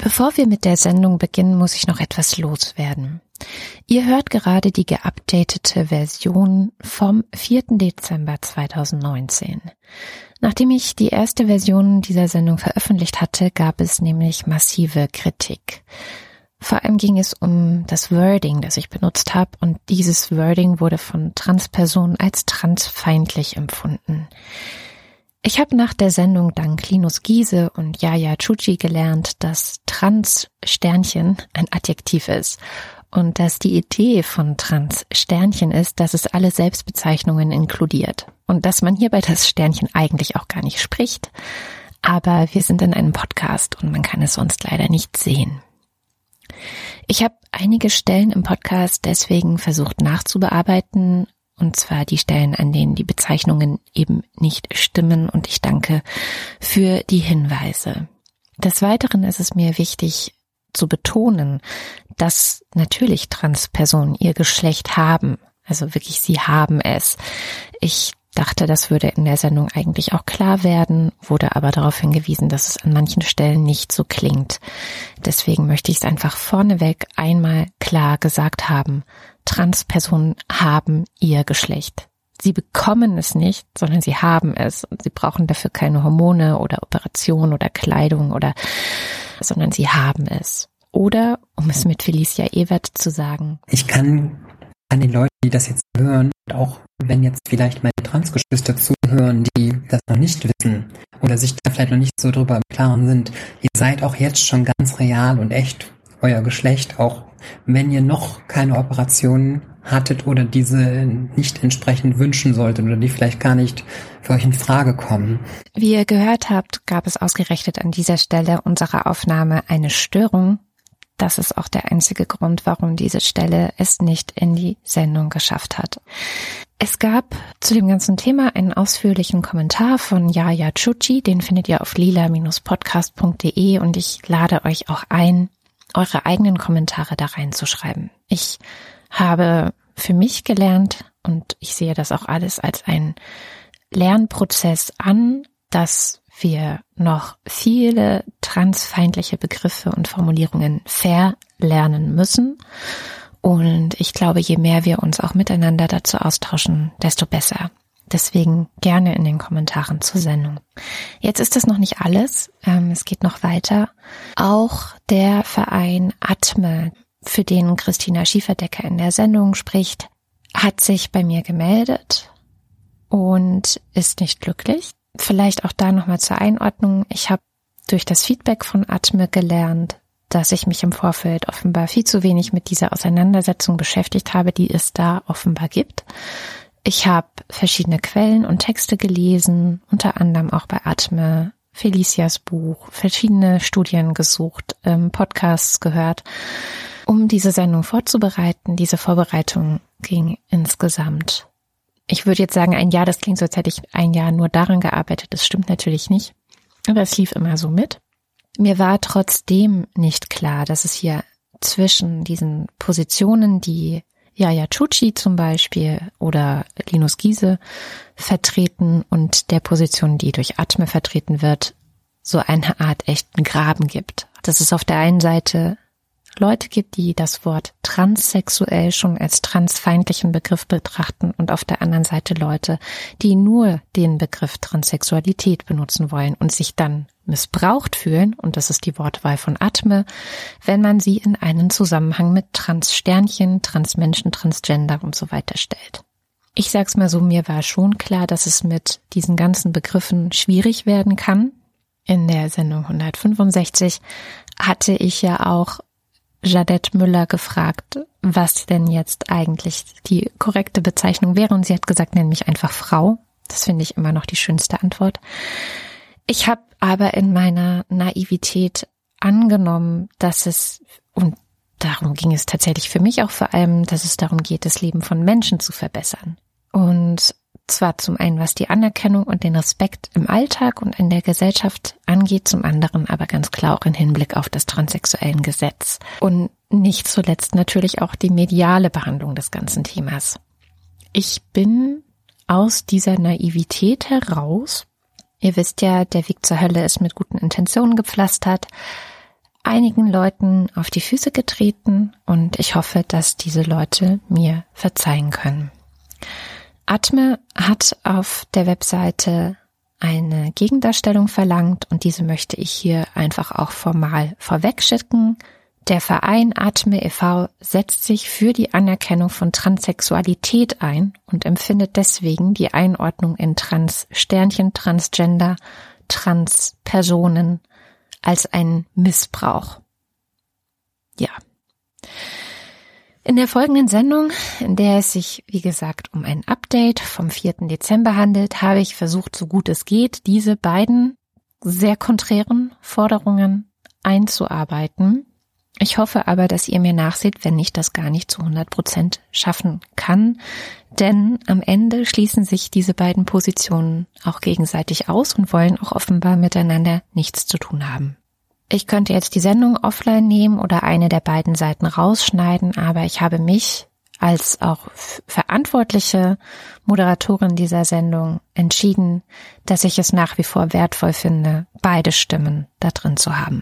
Bevor wir mit der Sendung beginnen, muss ich noch etwas loswerden. Ihr hört gerade die geupdatete Version vom 4. Dezember 2019. Nachdem ich die erste Version dieser Sendung veröffentlicht hatte, gab es nämlich massive Kritik. Vor allem ging es um das Wording, das ich benutzt habe, und dieses Wording wurde von Transpersonen als transfeindlich empfunden. Ich habe nach der Sendung dank Linus Giese und Yaya Chuchi gelernt, dass Trans-Sternchen ein Adjektiv ist und dass die Idee von Trans-Sternchen ist, dass es alle Selbstbezeichnungen inkludiert und dass man hierbei das Sternchen eigentlich auch gar nicht spricht, aber wir sind in einem Podcast und man kann es sonst leider nicht sehen. Ich habe einige Stellen im Podcast deswegen versucht nachzubearbeiten, und zwar die Stellen, an denen die Bezeichnungen eben nicht stimmen, und ich danke für die Hinweise. Des Weiteren ist es mir wichtig zu betonen, dass natürlich Transpersonen ihr Geschlecht haben, also wirklich sie haben es. Ich dachte, das würde in der Sendung eigentlich auch klar werden, wurde aber darauf hingewiesen, dass es an manchen Stellen nicht so klingt. Deswegen möchte ich es einfach vorneweg einmal klar gesagt haben. Transpersonen haben ihr Geschlecht. Sie bekommen es nicht, sondern sie haben es. Und sie brauchen dafür keine Hormone oder Operation oder Kleidung sondern sie haben es. Oder, um es mit Felicia Ewert zu sagen: Ich kann an den Leuten, die das jetzt hören, auch wenn jetzt vielleicht meine Transgeschwister zuhören, die das noch nicht wissen oder sich da vielleicht noch nicht so drüber im Klaren sind, ihr seid auch jetzt schon ganz real und echt euer Geschlecht, auch wenn ihr noch keine Operationen hattet oder diese nicht entsprechend wünschen solltet oder die vielleicht gar nicht für euch in Frage kommen. Wie ihr gehört habt, gab es ausgerechnet an dieser Stelle unserer Aufnahme eine Störung. Das ist auch der einzige Grund, warum diese Stelle es nicht in die Sendung geschafft hat. Es gab zu dem ganzen Thema einen ausführlichen Kommentar von Yaya Chuchi, den findet ihr auf lila-podcast.de, und ich lade euch auch ein, eure eigenen Kommentare da reinzuschreiben. Ich habe für mich gelernt, und ich sehe das auch alles als einen Lernprozess an, dass wir noch viele transfeindliche Begriffe und Formulierungen verlernen müssen. Und ich glaube, je mehr wir uns auch miteinander dazu austauschen, desto besser. Deswegen gerne in den Kommentaren zur Sendung. Jetzt ist das noch nicht alles. Es geht noch weiter. Auch der Verein ATME, für den Christina Schieferdecker in der Sendung spricht, hat sich bei mir gemeldet und ist nicht glücklich. Vielleicht auch da nochmal zur Einordnung. Ich habe durch das Feedback von ATME gelernt, dass ich mich im Vorfeld offenbar viel zu wenig mit dieser Auseinandersetzung beschäftigt habe, die es da offenbar gibt. Ich habe verschiedene Quellen und Texte gelesen, unter anderem auch bei ATME, Felicias Buch, verschiedene Studien gesucht, Podcasts gehört, um diese Sendung vorzubereiten. Diese Vorbereitung ging insgesamt, ich würde jetzt sagen, ein Jahr. Das klingt so, als hätte ich ein Jahr nur daran gearbeitet. Das stimmt natürlich nicht, aber es lief immer so mit. Mir war trotzdem nicht klar, dass es hier zwischen diesen Positionen, die Yaya Chuchi zum Beispiel oder Linus Giese vertreten, und der Position, die durch ATME vertreten wird, so eine Art echten Graben gibt. Dass es auf der einen Seite Leute gibt, die das Wort transsexuell schon als transfeindlichen Begriff betrachten, und auf der anderen Seite Leute, die nur den Begriff Transsexualität benutzen wollen und sich dann missbraucht fühlen, und das ist die Wortwahl von ATME, wenn man sie in einen Zusammenhang mit Transsternchen, Transmenschen, Transgender und so weiter stellt. Ich sag's mal so, mir war schon klar, dass es mit diesen ganzen Begriffen schwierig werden kann. In der Sendung 165 hatte ich ja auch Jadette Müller gefragt, was denn jetzt eigentlich die korrekte Bezeichnung wäre, und sie hat gesagt, nenn mich einfach Frau. Das finde ich immer noch die schönste Antwort. Ich habe aber in meiner Naivität angenommen, dass es, und darum ging es tatsächlich für mich auch vor allem, dass es darum geht, das Leben von Menschen zu verbessern. Und zwar zum einen, was die Anerkennung und den Respekt im Alltag und in der Gesellschaft angeht, zum anderen aber ganz klar auch im Hinblick auf das transsexuellen Gesetz. Und nicht zuletzt natürlich auch die mediale Behandlung des ganzen Themas. Ich bin aus dieser Naivität heraus, ihr wisst ja, der Weg zur Hölle ist mit guten Intentionen gepflastert, einigen Leuten auf die Füße getreten und ich hoffe, dass diese Leute mir verzeihen können. Atme hat auf der Webseite eine Gegendarstellung verlangt und diese möchte ich hier einfach auch formal vorwegschicken. Der Verein Atme e.V. setzt sich für die Anerkennung von Transsexualität ein und empfindet deswegen die Einordnung in Trans-Sternchen, Transgender, Transpersonen als einen Missbrauch. Ja. In der folgenden Sendung, in der es sich, wie gesagt, um ein Update vom 4. Dezember handelt, habe ich versucht, so gut es geht, diese beiden sehr konträren Forderungen einzuarbeiten. Ich hoffe aber, dass ihr mir nachseht, wenn ich das gar nicht zu 100% schaffen kann, denn am Ende schließen sich diese beiden Positionen auch gegenseitig aus und wollen auch offenbar miteinander nichts zu tun haben. Ich könnte jetzt die Sendung offline nehmen oder eine der beiden Seiten rausschneiden, aber ich habe mich als auch verantwortliche Moderatorin dieser Sendung entschieden, dass ich es nach wie vor wertvoll finde, beide Stimmen da drin zu haben.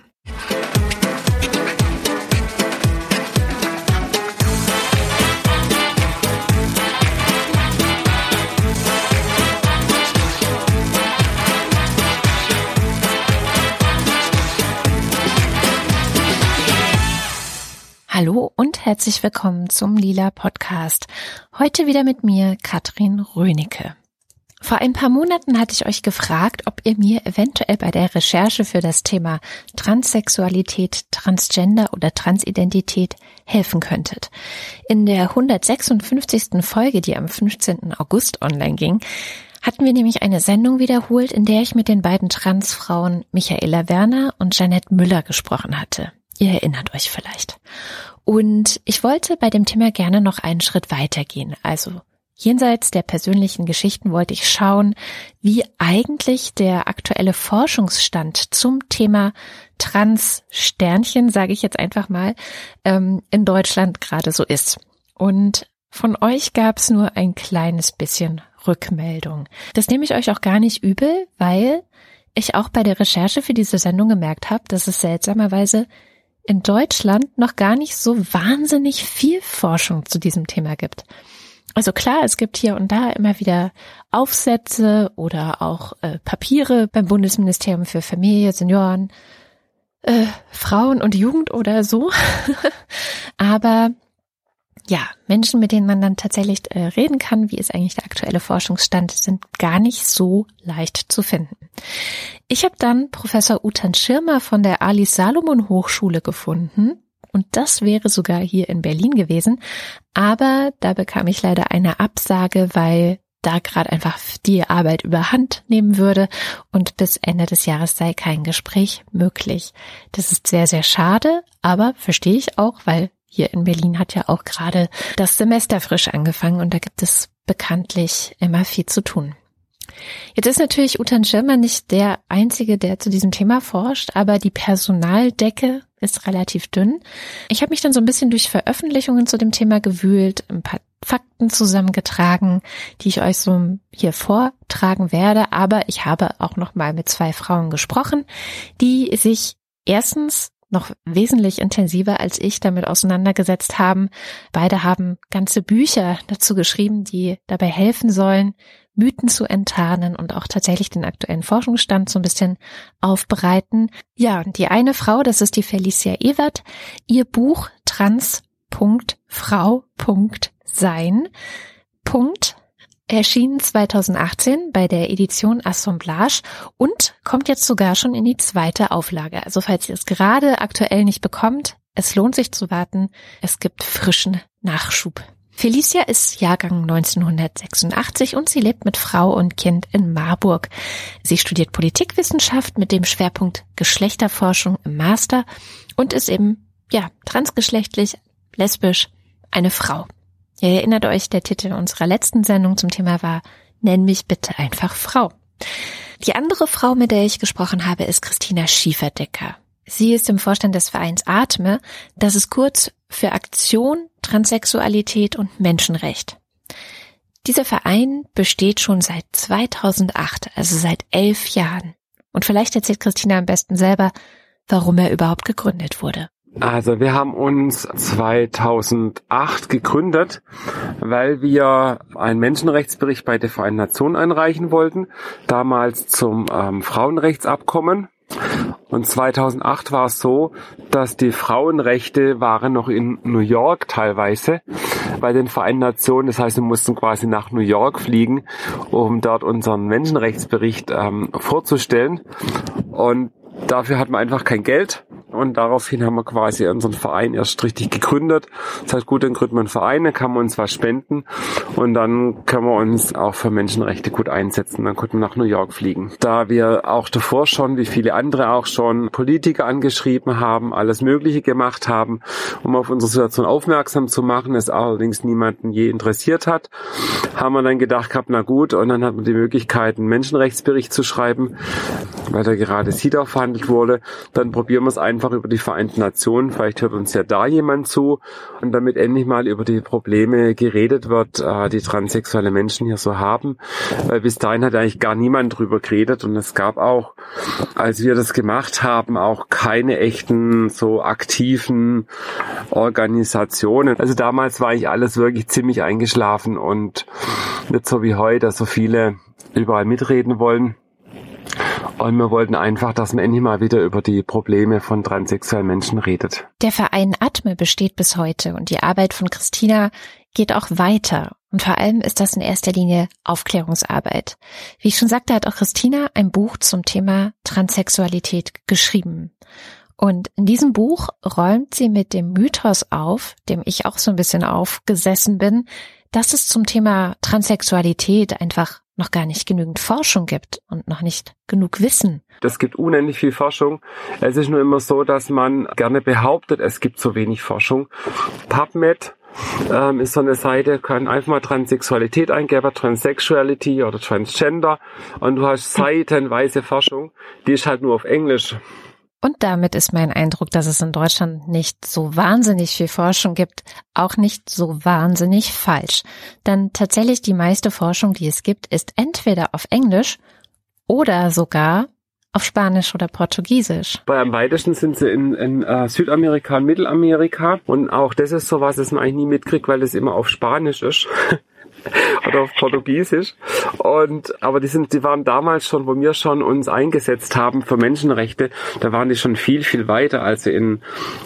Hallo und herzlich willkommen zum Lila Podcast. Heute wieder mit mir, Katrin Rönecke. Vor ein paar Monaten hatte ich euch gefragt, ob ihr mir eventuell bei der Recherche für das Thema Transsexualität, Transgender oder Transidentität helfen könntet. In der 156. Folge, die am 15. August online ging, hatten wir nämlich eine Sendung wiederholt, in der ich mit den beiden Transfrauen Michaela Werner und Jeanette Müller gesprochen hatte. Ihr erinnert euch vielleicht. Und ich wollte bei dem Thema gerne noch einen Schritt weitergehen. Also jenseits der persönlichen Geschichten wollte ich schauen, wie eigentlich der aktuelle Forschungsstand zum Thema Trans-Sternchen, sage ich jetzt einfach mal, in Deutschland gerade so ist. Und von euch gab es nur ein kleines bisschen Rückmeldung. Das nehme ich euch auch gar nicht übel, weil ich auch bei der Recherche für diese Sendung gemerkt habe, dass es seltsamerweise in Deutschland noch gar nicht so wahnsinnig viel Forschung zu diesem Thema gibt. Also klar, es gibt hier und da immer wieder Aufsätze oder auch Papiere beim Bundesministerium für Familie, Senioren, Frauen und Jugend oder so. Aber ja, Menschen, mit denen man dann tatsächlich reden kann, wie ist eigentlich der aktuelle Forschungsstand, sind gar nicht so leicht zu finden. Ich habe dann Professor Utan Schirmer von der Ali-Salomon-Hochschule gefunden und das wäre sogar hier in Berlin gewesen, aber da bekam ich leider eine Absage, weil da gerade einfach die Arbeit überhand nehmen würde und bis Ende des Jahres sei kein Gespräch möglich. Das ist sehr, sehr schade, aber verstehe ich auch, weil hier in Berlin hat ja auch gerade das Semester frisch angefangen und da gibt es bekanntlich immer viel zu tun. Jetzt ist natürlich Utan Schirmer nicht der Einzige, der zu diesem Thema forscht, aber die Personaldecke ist relativ dünn. Ich habe mich dann so ein bisschen durch Veröffentlichungen zu dem Thema gewühlt, ein paar Fakten zusammengetragen, die ich euch so hier vortragen werde, aber ich habe auch noch mal mit 2 Frauen gesprochen, die sich erstens noch wesentlich intensiver als ich damit auseinandergesetzt haben. Beide haben ganze Bücher dazu geschrieben, die dabei helfen sollen, Mythen zu enttarnen und auch tatsächlich den aktuellen Forschungsstand so ein bisschen aufbereiten. Ja, und die eine Frau, das ist die Felicia Ewert, ihr Buch Trans.Frau.Sein. Erschienen 2018 bei der Edition Assemblage und kommt jetzt sogar schon in die 2. Auflage. Also falls ihr es gerade aktuell nicht bekommt, es lohnt sich zu warten. Es gibt frischen Nachschub. Felicia ist Jahrgang 1986 und sie lebt mit Frau und Kind in Marburg. Sie studiert Politikwissenschaft mit dem Schwerpunkt Geschlechterforschung im Master und ist eben, transgeschlechtlich, lesbisch, eine Frau. Ihr erinnert euch, der Titel unserer letzten Sendung zum Thema war "Nenn mich bitte einfach Frau". Die andere Frau, mit der ich gesprochen habe, ist Christina Schieferdecker. Sie ist im Vorstand des Vereins Atme, das ist kurz für Aktion, Transsexualität und Menschenrecht. Dieser Verein besteht schon seit 2008, also seit 11 Jahren. Und vielleicht erzählt Christina am besten selber, warum er überhaupt gegründet wurde. Also wir haben uns 2008 gegründet, weil wir einen Menschenrechtsbericht bei der Vereinten Nationen einreichen wollten, damals zum Frauenrechtsabkommen. Und 2008 war es so, dass die Frauenrechte waren noch in New York teilweise bei den Vereinten Nationen. Das heißt, wir mussten quasi nach New York fliegen, um dort unseren Menschenrechtsbericht vorzustellen. Und dafür hatten wir einfach kein Geld. Und daraufhin haben wir quasi unseren Verein erst richtig gegründet. Das heißt, gut, dann gründen wir einen Verein, dann kann man uns was spenden und dann können wir uns auch für Menschenrechte gut einsetzen. Dann konnten wir nach New York fliegen. Da wir auch davor schon, wie viele andere auch schon, Politiker angeschrieben haben, alles Mögliche gemacht haben, um auf unsere Situation aufmerksam zu machen, es allerdings niemanden je interessiert hat, haben wir dann gedacht gehabt, na gut, und dann hat man die Möglichkeit, einen Menschenrechtsbericht zu schreiben, weil da gerade CEDAW verhandelt wurde. Dann probieren wir es einfach über die Vereinten Nationen. Vielleicht hört uns ja da jemand zu und damit endlich mal über die Probleme geredet wird, die transsexuelle Menschen hier so haben. Weil bis dahin hat eigentlich gar niemand drüber geredet und es gab auch, als wir das gemacht haben, auch keine echten so aktiven Organisationen. Also damals war eigentlich alles wirklich ziemlich eingeschlafen und nicht so wie heute, dass so viele überall mitreden wollen. Und wir wollten einfach, dass man endlich mal wieder über die Probleme von transsexuellen Menschen redet. Der Verein ATME besteht bis heute und die Arbeit von Christina geht auch weiter. Und vor allem ist das in erster Linie Aufklärungsarbeit. Wie ich schon sagte, hat auch Christina ein Buch zum Thema Transsexualität geschrieben. Und in diesem Buch räumt sie mit dem Mythos auf, dem ich auch so ein bisschen aufgesessen bin, dass es zum Thema Transsexualität einfach noch gar nicht genügend Forschung gibt und noch nicht genug Wissen. Es gibt unendlich viel Forschung. Es ist nur immer so, dass man gerne behauptet, es gibt so wenig Forschung. PubMed ist so eine Seite, kann einfach mal Transsexualität eingeben, Transsexuality oder Transgender und du hast seitenweise Forschung, die ist halt nur auf Englisch. Und damit ist mein Eindruck, dass es in Deutschland nicht so wahnsinnig viel Forschung gibt, auch nicht so wahnsinnig falsch. Denn tatsächlich die meiste Forschung, die es gibt, ist entweder auf Englisch oder sogar auf Spanisch oder Portugiesisch. Am weitesten sind sie in Südamerika und Mittelamerika. Und auch das ist sowas, das man eigentlich nie mitkriegt, weil es immer auf Spanisch ist. Oder auf Portugiesisch. Aber die waren damals schon, wo wir schon uns eingesetzt haben für Menschenrechte, da waren die schon viel, viel weiter. Also in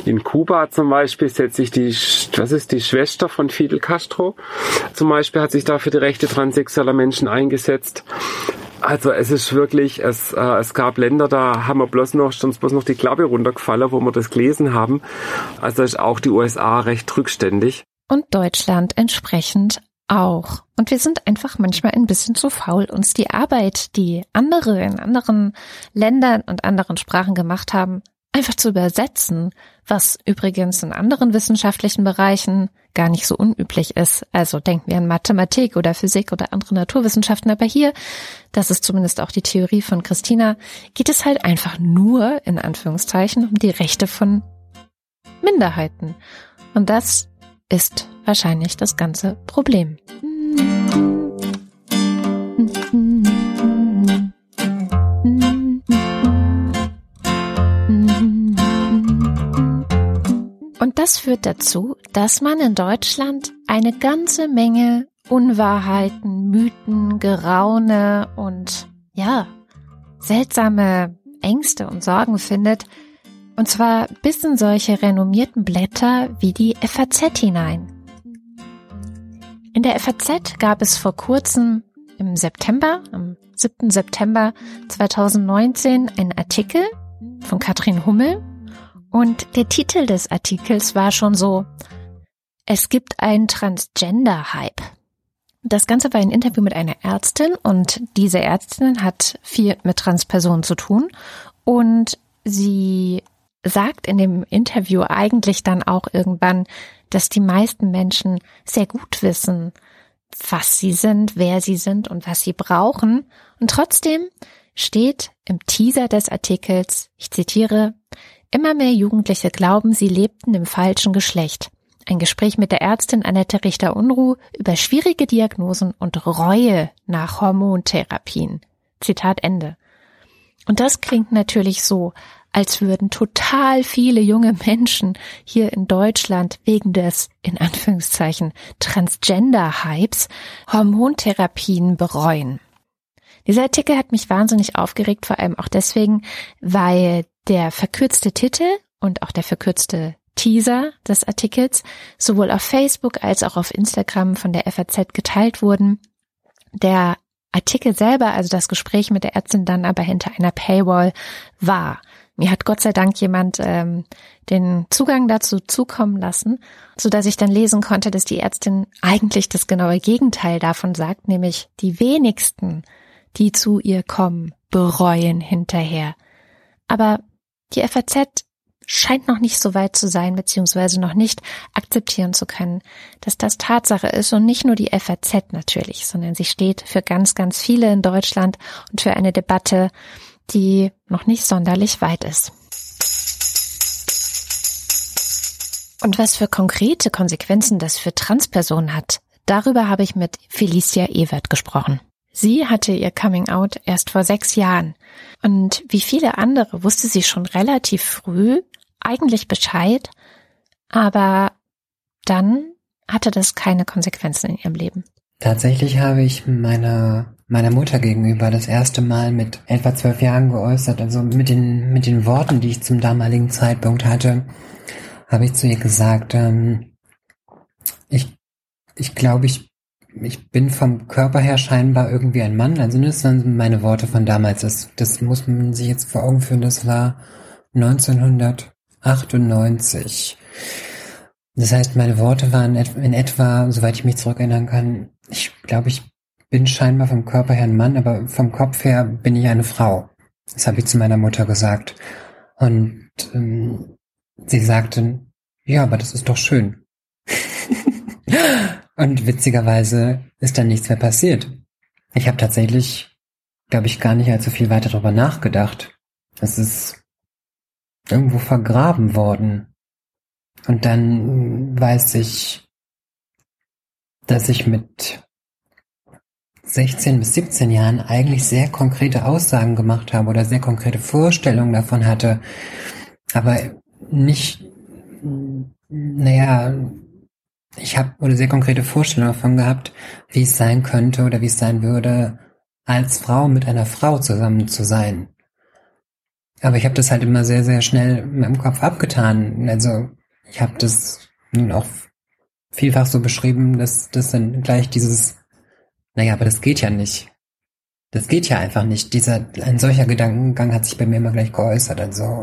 Kuba zum Beispiel setzt sich die Schwester von Fidel Castro zum Beispiel, hat sich da für die Rechte transsexueller Menschen eingesetzt. Also es ist wirklich, es gab Länder, da haben wir bloß noch die Klappe runtergefallen, wo wir das gelesen haben. Also ist auch die USA recht rückständig. Und Deutschland entsprechend auch. Und wir sind einfach manchmal ein bisschen zu faul, uns die Arbeit, die andere in anderen Ländern und anderen Sprachen gemacht haben, einfach zu übersetzen, was übrigens in anderen wissenschaftlichen Bereichen gar nicht so unüblich ist. Also denken wir an Mathematik oder Physik oder andere Naturwissenschaften, aber hier, das ist zumindest auch die Theorie von Christina, geht es halt einfach nur, in Anführungszeichen, um die Rechte von Minderheiten. Und das ist wahrscheinlich das ganze Problem. Und das führt dazu, dass man in Deutschland eine ganze Menge Unwahrheiten, Mythen, Geraune und seltsame Ängste und Sorgen findet, und zwar bis in solche renommierten Blätter wie die FAZ hinein. In der FAZ gab es vor kurzem am 7. September 2019, einen Artikel von Katrin Hummel. Und der Titel des Artikels war schon so: Es gibt einen Transgender-Hype. Das Ganze war ein Interview mit einer Ärztin und diese Ärztin hat viel mit Transpersonen zu tun und sie sagt in dem Interview eigentlich dann auch irgendwann, dass die meisten Menschen sehr gut wissen, was sie sind, wer sie sind und was sie brauchen. Und trotzdem steht im Teaser des Artikels, ich zitiere: Immer mehr Jugendliche glauben, sie lebten im falschen Geschlecht. Ein Gespräch mit der Ärztin Annette Richter-Unruh über schwierige Diagnosen und Reue nach Hormontherapien. Zitat Ende. Und das klingt natürlich so, als würden total viele junge Menschen hier in Deutschland wegen des, in Anführungszeichen, Transgender-Hypes Hormontherapien bereuen. Dieser Artikel hat mich wahnsinnig aufgeregt, vor allem auch deswegen, weil der verkürzte Titel und auch der verkürzte Teaser des Artikels sowohl auf Facebook als auch auf Instagram von der FAZ geteilt wurden. Der Artikel selber, also das Gespräch mit der Ärztin, dann aber hinter einer Paywall war. Mir hat Gott sei Dank jemand den Zugang dazu zukommen lassen, sodass ich dann lesen konnte, dass die Ärztin eigentlich das genaue Gegenteil davon sagt, nämlich die wenigsten, die zu ihr kommen, bereuen hinterher. Aber die FAZ scheint noch nicht so weit zu sein, beziehungsweise noch nicht akzeptieren zu können, dass das Tatsache ist und nicht nur die FAZ natürlich, sondern sie steht für ganz, ganz viele in Deutschland und für eine Debatte, die noch nicht sonderlich weit ist. Und was für konkrete Konsequenzen das für Transpersonen hat, darüber habe ich mit Felicia Ewert gesprochen. Sie hatte ihr Coming-out erst vor 6 Jahren und wie viele andere wusste sie schon relativ früh eigentlich Bescheid, aber dann hatte das keine Konsequenzen in ihrem Leben. Tatsächlich habe ich meiner Mutter gegenüber das erste Mal mit etwa 12 Jahren geäußert, also mit den Worten, die ich zum damaligen Zeitpunkt hatte, habe ich zu ihr gesagt, ich glaube, ich bin vom Körper her scheinbar irgendwie ein Mann, also das waren meine Worte von damals, das muss man sich jetzt vor Augen führen, das war 1998. Das heißt, meine Worte waren in etwa, soweit ich mich zurückerinnern kann, ich glaube, ich bin scheinbar vom Körper her ein Mann, aber vom Kopf her bin ich eine Frau. Das habe ich zu meiner Mutter gesagt. Und sie sagte, ja, aber das ist doch schön. Und witzigerweise ist dann nichts mehr passiert. Ich habe tatsächlich, glaube ich, gar nicht allzu viel weiter darüber nachgedacht. Es ist irgendwo vergraben worden. Und dann weiß ich, dass ich mit 16 bis 17 Jahren eigentlich sehr konkrete Aussagen gemacht habe oder sehr konkrete Vorstellungen davon hatte. Aber nicht, ich habe sehr konkrete Vorstellungen davon gehabt, wie es sein könnte oder wie es sein würde, als Frau mit einer Frau zusammen zu sein. Aber ich habe das halt immer sehr, sehr schnell in meinem Kopf abgetan. Also ich habe das nun auch vielfach so beschrieben, dass das dann gleich dieses, aber das geht ja nicht. Das geht ja einfach nicht. Ein solcher Gedankengang hat sich bei mir immer gleich geäußert. Also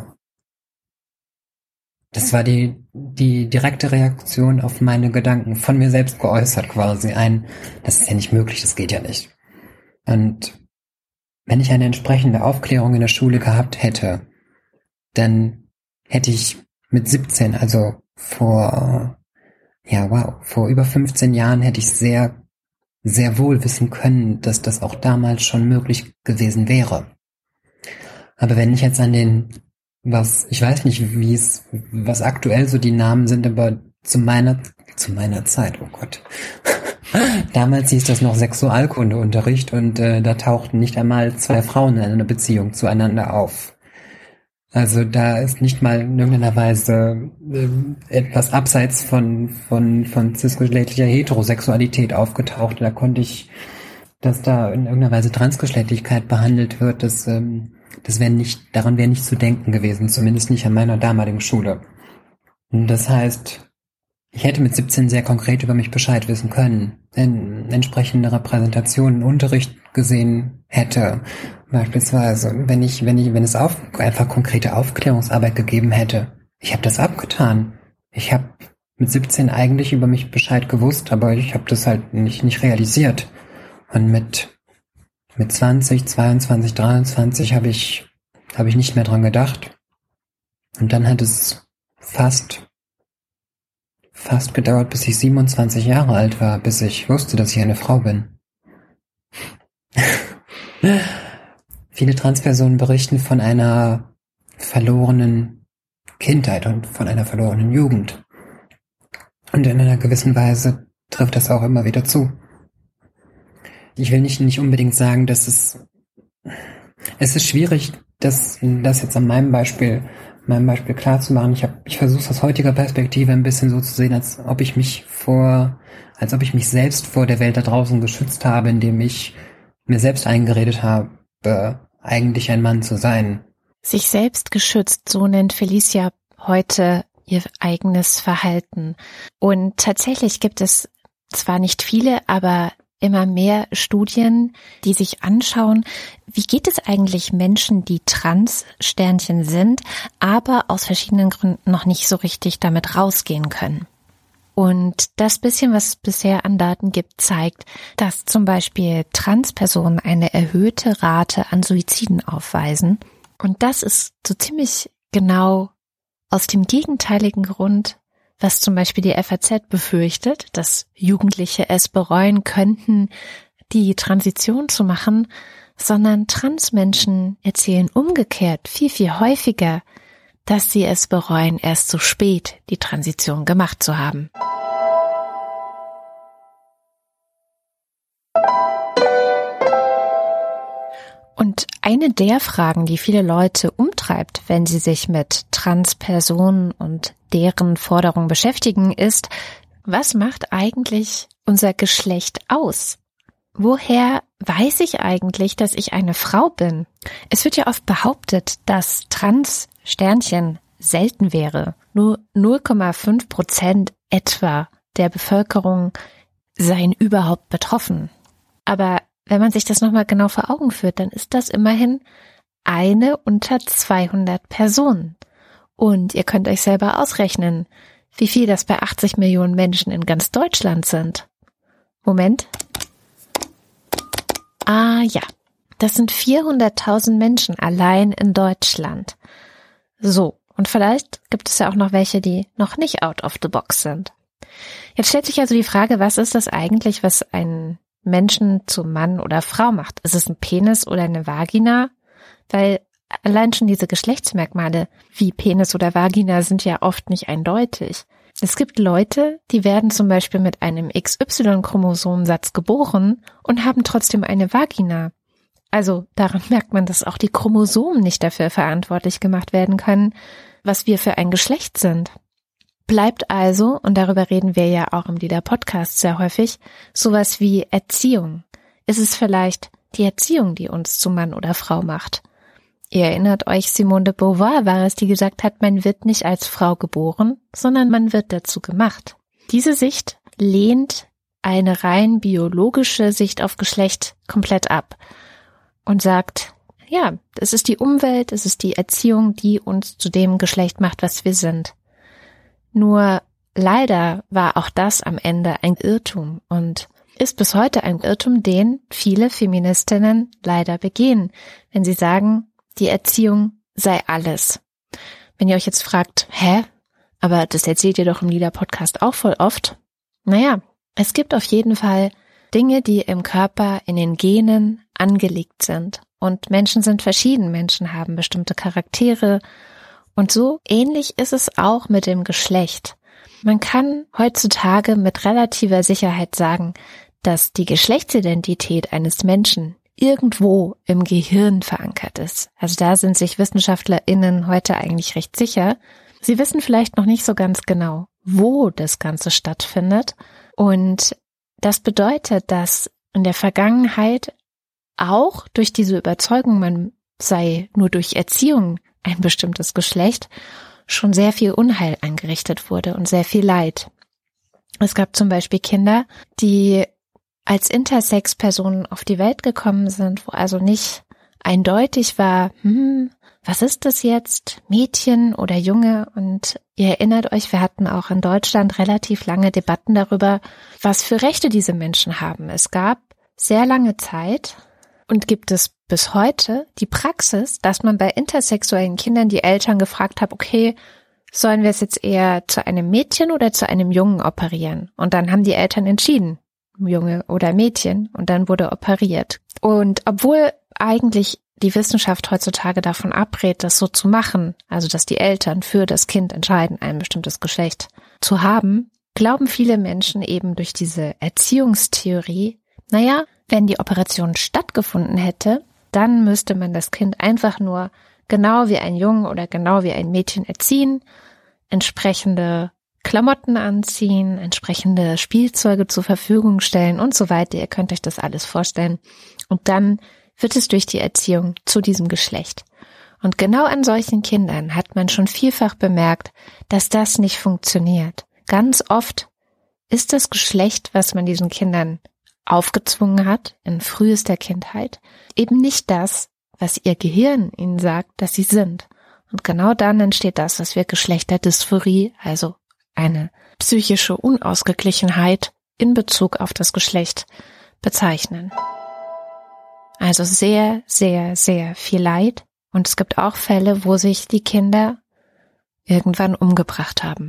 das war die direkte Reaktion auf meine Gedanken, von mir selbst geäußert quasi. Das ist ja nicht möglich, das geht ja nicht. Und wenn ich eine entsprechende Aufklärung in der Schule gehabt hätte, dann hätte ich mit 17, also vor über 15 Jahren hätte ich sehr, sehr wohl wissen können, dass das auch damals schon möglich gewesen wäre. Aber wenn ich jetzt ich weiß nicht, was aktuell so die Namen sind, aber zu meiner Zeit, oh Gott. Damals hieß das noch Sexualkundeunterricht und da tauchten nicht einmal 2 Frauen in einer Beziehung zueinander auf. Also da ist nicht mal in irgendeiner Weise etwas abseits von cisgeschlechtlicher Heterosexualität aufgetaucht. Da konnte ich, dass da in irgendeiner Weise Transgeschlechtlichkeit behandelt wird, daran wäre nicht zu denken gewesen, zumindest nicht an meiner damaligen Schule. Und das heißt, ich hätte mit 17 sehr konkret über mich Bescheid wissen können, wenn entsprechende Repräsentationen im Unterricht gesehen hätte. Beispielsweise, wenn es einfach konkrete Aufklärungsarbeit gegeben hätte. Ich habe das abgetan. Ich habe mit 17 eigentlich über mich Bescheid gewusst, aber ich habe das halt nicht realisiert. Und mit 20, 22, 23 habe ich nicht mehr dran gedacht. Und dann hat es fast gedauert, bis ich 27 Jahre alt war, bis ich wusste, dass ich eine Frau bin. Viele Transpersonen berichten von einer verlorenen Kindheit und von einer verlorenen Jugend. Und in einer gewissen Weise trifft das auch immer wieder zu. Ich will nicht unbedingt sagen, dass es ist schwierig, das jetzt an meinem Beispiel klar zu machen. Ich versuche es aus heutiger Perspektive ein bisschen so zu sehen, als ob ich mich selbst vor der Welt da draußen geschützt habe, indem ich mir selbst eingeredet habe, eigentlich ein Mann zu sein. Sich selbst geschützt, so nennt Felicia heute ihr eigenes Verhalten. Und tatsächlich gibt es zwar nicht viele, aber immer mehr Studien, die sich anschauen, wie geht es eigentlich Menschen, die Trans-Sternchen sind, aber aus verschiedenen Gründen noch nicht so richtig damit rausgehen können. Und das bisschen, was es bisher an Daten gibt, zeigt, dass zum Beispiel Transpersonen eine erhöhte Rate an Suiziden aufweisen. Und das ist so ziemlich genau aus dem gegenteiligen Grund, was zum Beispiel die FAZ befürchtet, dass Jugendliche es bereuen könnten, die Transition zu machen, sondern Transmenschen erzählen umgekehrt viel, viel häufiger, dass sie es bereuen, erst zu spät die Transition gemacht zu haben. Und eine der Fragen, die viele Leute umtreibt, wenn sie sich mit Transpersonen und deren Forderungen beschäftigen, ist, was macht eigentlich unser Geschlecht aus? Woher weiß ich eigentlich, dass ich eine Frau bin? Es wird ja oft behauptet, dass Trans-Sternchen selten wäre. Nur 0,5% etwa der Bevölkerung seien überhaupt betroffen. Aber wenn man sich das nochmal genau vor Augen führt, dann ist das immerhin eine unter 200 Personen. Und ihr könnt euch selber ausrechnen, wie viel das bei 80 Millionen Menschen in ganz Deutschland sind. Moment. Ah ja, das sind 400.000 Menschen allein in Deutschland. So, und vielleicht gibt es ja auch noch welche, die noch nicht out of the box sind. Jetzt stellt sich also die Frage, was ist das eigentlich, was einen Menschen zu Mann oder Frau macht? Ist es ein Penis oder eine Vagina? Weil allein schon diese Geschlechtsmerkmale wie Penis oder Vagina sind ja oft nicht eindeutig. Es gibt Leute, die werden zum Beispiel mit einem XY-Chromosomensatz geboren und haben trotzdem eine Vagina. Also daran merkt man, dass auch die Chromosomen nicht dafür verantwortlich gemacht werden können, was wir für ein Geschlecht sind. Bleibt also, und darüber reden wir ja auch im Lieder-Podcast sehr häufig, sowas wie Erziehung. Ist es vielleicht die Erziehung, die uns zu Mann oder Frau macht? Ihr erinnert euch, Simone de Beauvoir war es, die gesagt hat, man wird nicht als Frau geboren, sondern man wird dazu gemacht. Diese Sicht lehnt eine rein biologische Sicht auf Geschlecht komplett ab und sagt, ja, es ist die Umwelt, es ist die Erziehung, die uns zu dem Geschlecht macht, was wir sind. Nur leider war auch das am Ende ein Irrtum und ist bis heute ein Irrtum, den viele Feministinnen leider begehen, wenn sie sagen, die Erziehung sei alles. Wenn ihr euch jetzt fragt, aber das erzählt ihr doch im Lieder-Podcast auch voll oft. Naja, es gibt auf jeden Fall Dinge, die im Körper, in den Genen angelegt sind. Und Menschen sind verschieden, Menschen haben bestimmte Charaktere. Und so ähnlich ist es auch mit dem Geschlecht. Man kann heutzutage mit relativer Sicherheit sagen, dass die Geschlechtsidentität eines Menschen irgendwo im Gehirn verankert ist. Also da sind sich WissenschaftlerInnen heute eigentlich recht sicher. Sie wissen vielleicht noch nicht so ganz genau, wo das Ganze stattfindet. Und das bedeutet, dass in der Vergangenheit auch durch diese Überzeugung, man sei nur durch Erziehung ein bestimmtes Geschlecht, schon sehr viel Unheil angerichtet wurde und sehr viel Leid. Es gab zum Beispiel Kinder, die als Intersex-Personen auf die Welt gekommen sind, wo also nicht eindeutig war, was ist das jetzt, Mädchen oder Junge? Und ihr erinnert euch, wir hatten auch in Deutschland relativ lange Debatten darüber, was für Rechte diese Menschen haben. Es gab sehr lange Zeit und gibt es bis heute die Praxis, dass man bei intersexuellen Kindern die Eltern gefragt hat, okay, sollen wir es jetzt eher zu einem Mädchen oder zu einem Jungen operieren? Und dann haben die Eltern entschieden, Junge oder Mädchen, und dann wurde operiert. Und obwohl eigentlich die Wissenschaft heutzutage davon abrät, das so zu machen, also dass die Eltern für das Kind entscheiden, ein bestimmtes Geschlecht zu haben, glauben viele Menschen eben durch diese Erziehungstheorie, wenn die Operation stattgefunden hätte, dann müsste man das Kind einfach nur genau wie ein Jungen oder genau wie ein Mädchen erziehen, entsprechende Klamotten anziehen, entsprechende Spielzeuge zur Verfügung stellen und so weiter. Ihr könnt euch das alles vorstellen. Und dann wird es durch die Erziehung zu diesem Geschlecht. Und genau an solchen Kindern hat man schon vielfach bemerkt, dass das nicht funktioniert. Ganz oft ist das Geschlecht, was man diesen Kindern aufgezwungen hat, in frühester Kindheit, eben nicht das, was ihr Gehirn ihnen sagt, dass sie sind. Und genau dann entsteht das, was wir Geschlechterdysphorie, also eine psychische Unausgeglichenheit in Bezug auf das Geschlecht bezeichnen. Also sehr, sehr, sehr viel Leid. Und es gibt auch Fälle, wo sich die Kinder irgendwann umgebracht haben.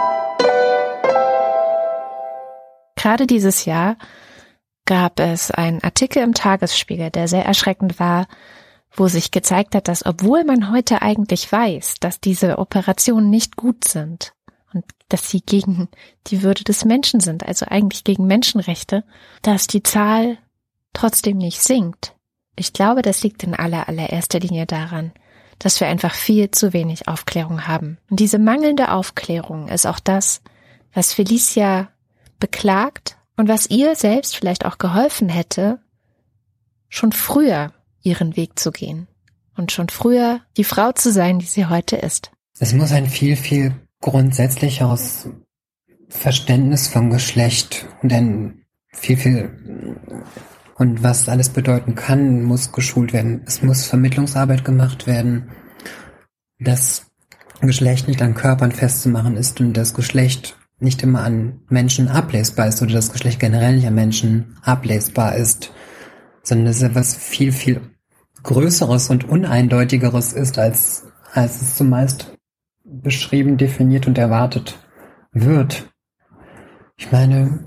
Gerade dieses Jahr gab es einen Artikel im Tagesspiegel, der sehr erschreckend war, wo sich gezeigt hat, dass obwohl man heute eigentlich weiß, dass diese Operationen nicht gut sind und dass sie gegen die Würde des Menschen sind, also eigentlich gegen Menschenrechte, dass die Zahl trotzdem nicht sinkt. Ich glaube, das liegt in allererster Linie daran, dass wir einfach viel zu wenig Aufklärung haben. Und diese mangelnde Aufklärung ist auch das, was Felicia beklagt und was ihr selbst vielleicht auch geholfen hätte, schon früher ihren Weg zu gehen und schon früher die Frau zu sein, die sie heute ist. Es muss ein viel, viel grundsätzlicheres Verständnis von Geschlecht und ein viel und was alles bedeuten kann, muss geschult werden. Es muss Vermittlungsarbeit gemacht werden, dass Geschlecht nicht an Körpern festzumachen ist und das Geschlecht nicht immer an Menschen ablesbar ist oder das Geschlecht generell nicht an Menschen ablesbar ist, sondern dass es etwas viel, viel Größeres und Uneindeutigeres ist, als es zumeist beschrieben, definiert und erwartet wird. Ich meine,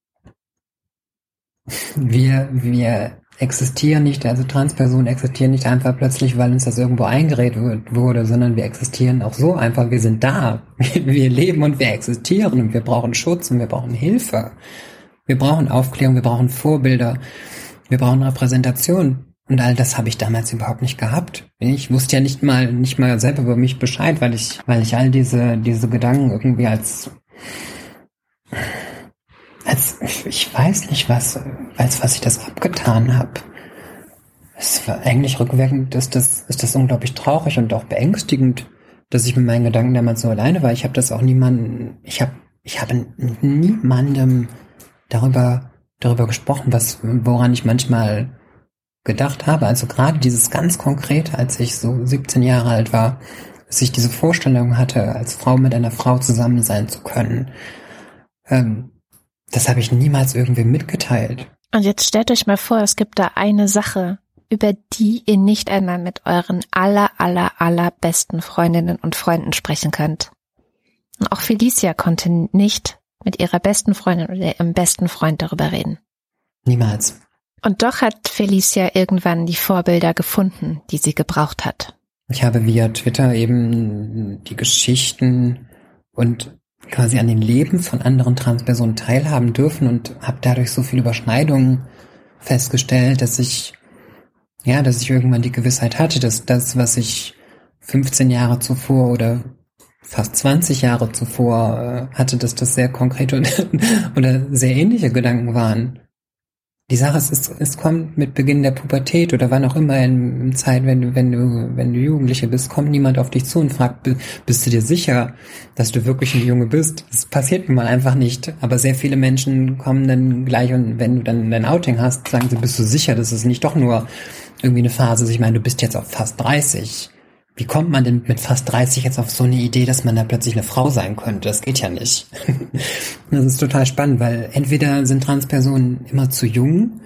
wir existieren nicht, also Transpersonen existieren nicht einfach plötzlich, weil uns das irgendwo eingeredet wurde, sondern wir existieren auch so einfach, wir sind da, wir leben und wir existieren und wir brauchen Schutz und wir brauchen Hilfe. Wir brauchen Aufklärung, wir brauchen Vorbilder, wir brauchen Repräsentation. Und all das habe ich damals überhaupt nicht gehabt. Ich wusste ja nicht mal selber über mich Bescheid, weil ich all diese Gedanken irgendwie als ich weiß nicht was ich das abgetan habe. Es war eigentlich rückwirkend, ist das unglaublich traurig und auch beängstigend, dass ich mit meinen Gedanken damals so alleine war. Ich habe das auch ich habe niemandem darüber gesprochen, woran ich manchmal gedacht habe. Also gerade dieses ganz Konkrete, als ich so 17 Jahre alt war, dass ich diese Vorstellung hatte, als Frau mit einer Frau zusammen sein zu können. Das habe ich niemals irgendwie mitgeteilt. Und jetzt stellt euch mal vor, es gibt da eine Sache, über die ihr nicht einmal mit euren allerbesten Freundinnen und Freunden sprechen könnt. Und auch Felicia konnte nicht mit ihrer besten Freundin oder ihrem besten Freund darüber reden. Niemals. Und doch hat Felicia irgendwann die Vorbilder gefunden, die sie gebraucht hat. Ich habe via Twitter eben die Geschichten und quasi an den Leben von anderen Transpersonen teilhaben dürfen und habe dadurch so viele Überschneidungen festgestellt, dass ich irgendwann die Gewissheit hatte, dass das, was ich 15 Jahre zuvor oder fast 20 Jahre zuvor hatte, dass das sehr konkrete oder sehr ähnliche Gedanken waren. Die Sache ist, es kommt mit Beginn der Pubertät oder wann auch immer in Zeit, wenn du Jugendliche bist, kommt niemand auf dich zu und fragt, bist du dir sicher, dass du wirklich ein Junge bist? Das passiert nun mal einfach nicht. Aber sehr viele Menschen kommen dann gleich und wenn du dann dein Outing hast, sagen sie, bist du sicher, dass es nicht doch nur irgendwie eine Phase ist? Ich meine, du bist jetzt auf fast 30. Wie kommt man denn mit fast 30 jetzt auf so eine Idee, dass man da plötzlich eine Frau sein könnte? Das geht ja nicht. Das ist total spannend, weil entweder sind Transpersonen immer zu jung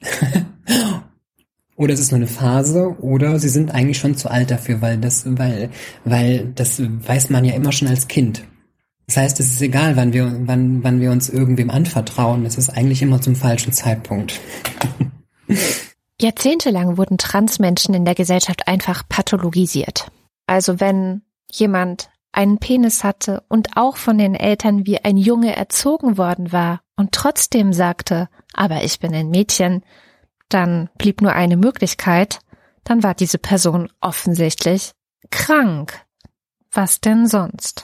oder es ist nur eine Phase oder sie sind eigentlich schon zu alt dafür, weil das weiß man ja immer schon als Kind. Das heißt, es ist egal, wann wir uns irgendwem anvertrauen. Es ist eigentlich immer zum falschen Zeitpunkt. Jahrzehntelang wurden Transmenschen in der Gesellschaft einfach pathologisiert. Also wenn jemand einen Penis hatte und auch von den Eltern wie ein Junge erzogen worden war und trotzdem sagte, aber ich bin ein Mädchen, dann blieb nur eine Möglichkeit, dann war diese Person offensichtlich krank. Was denn sonst?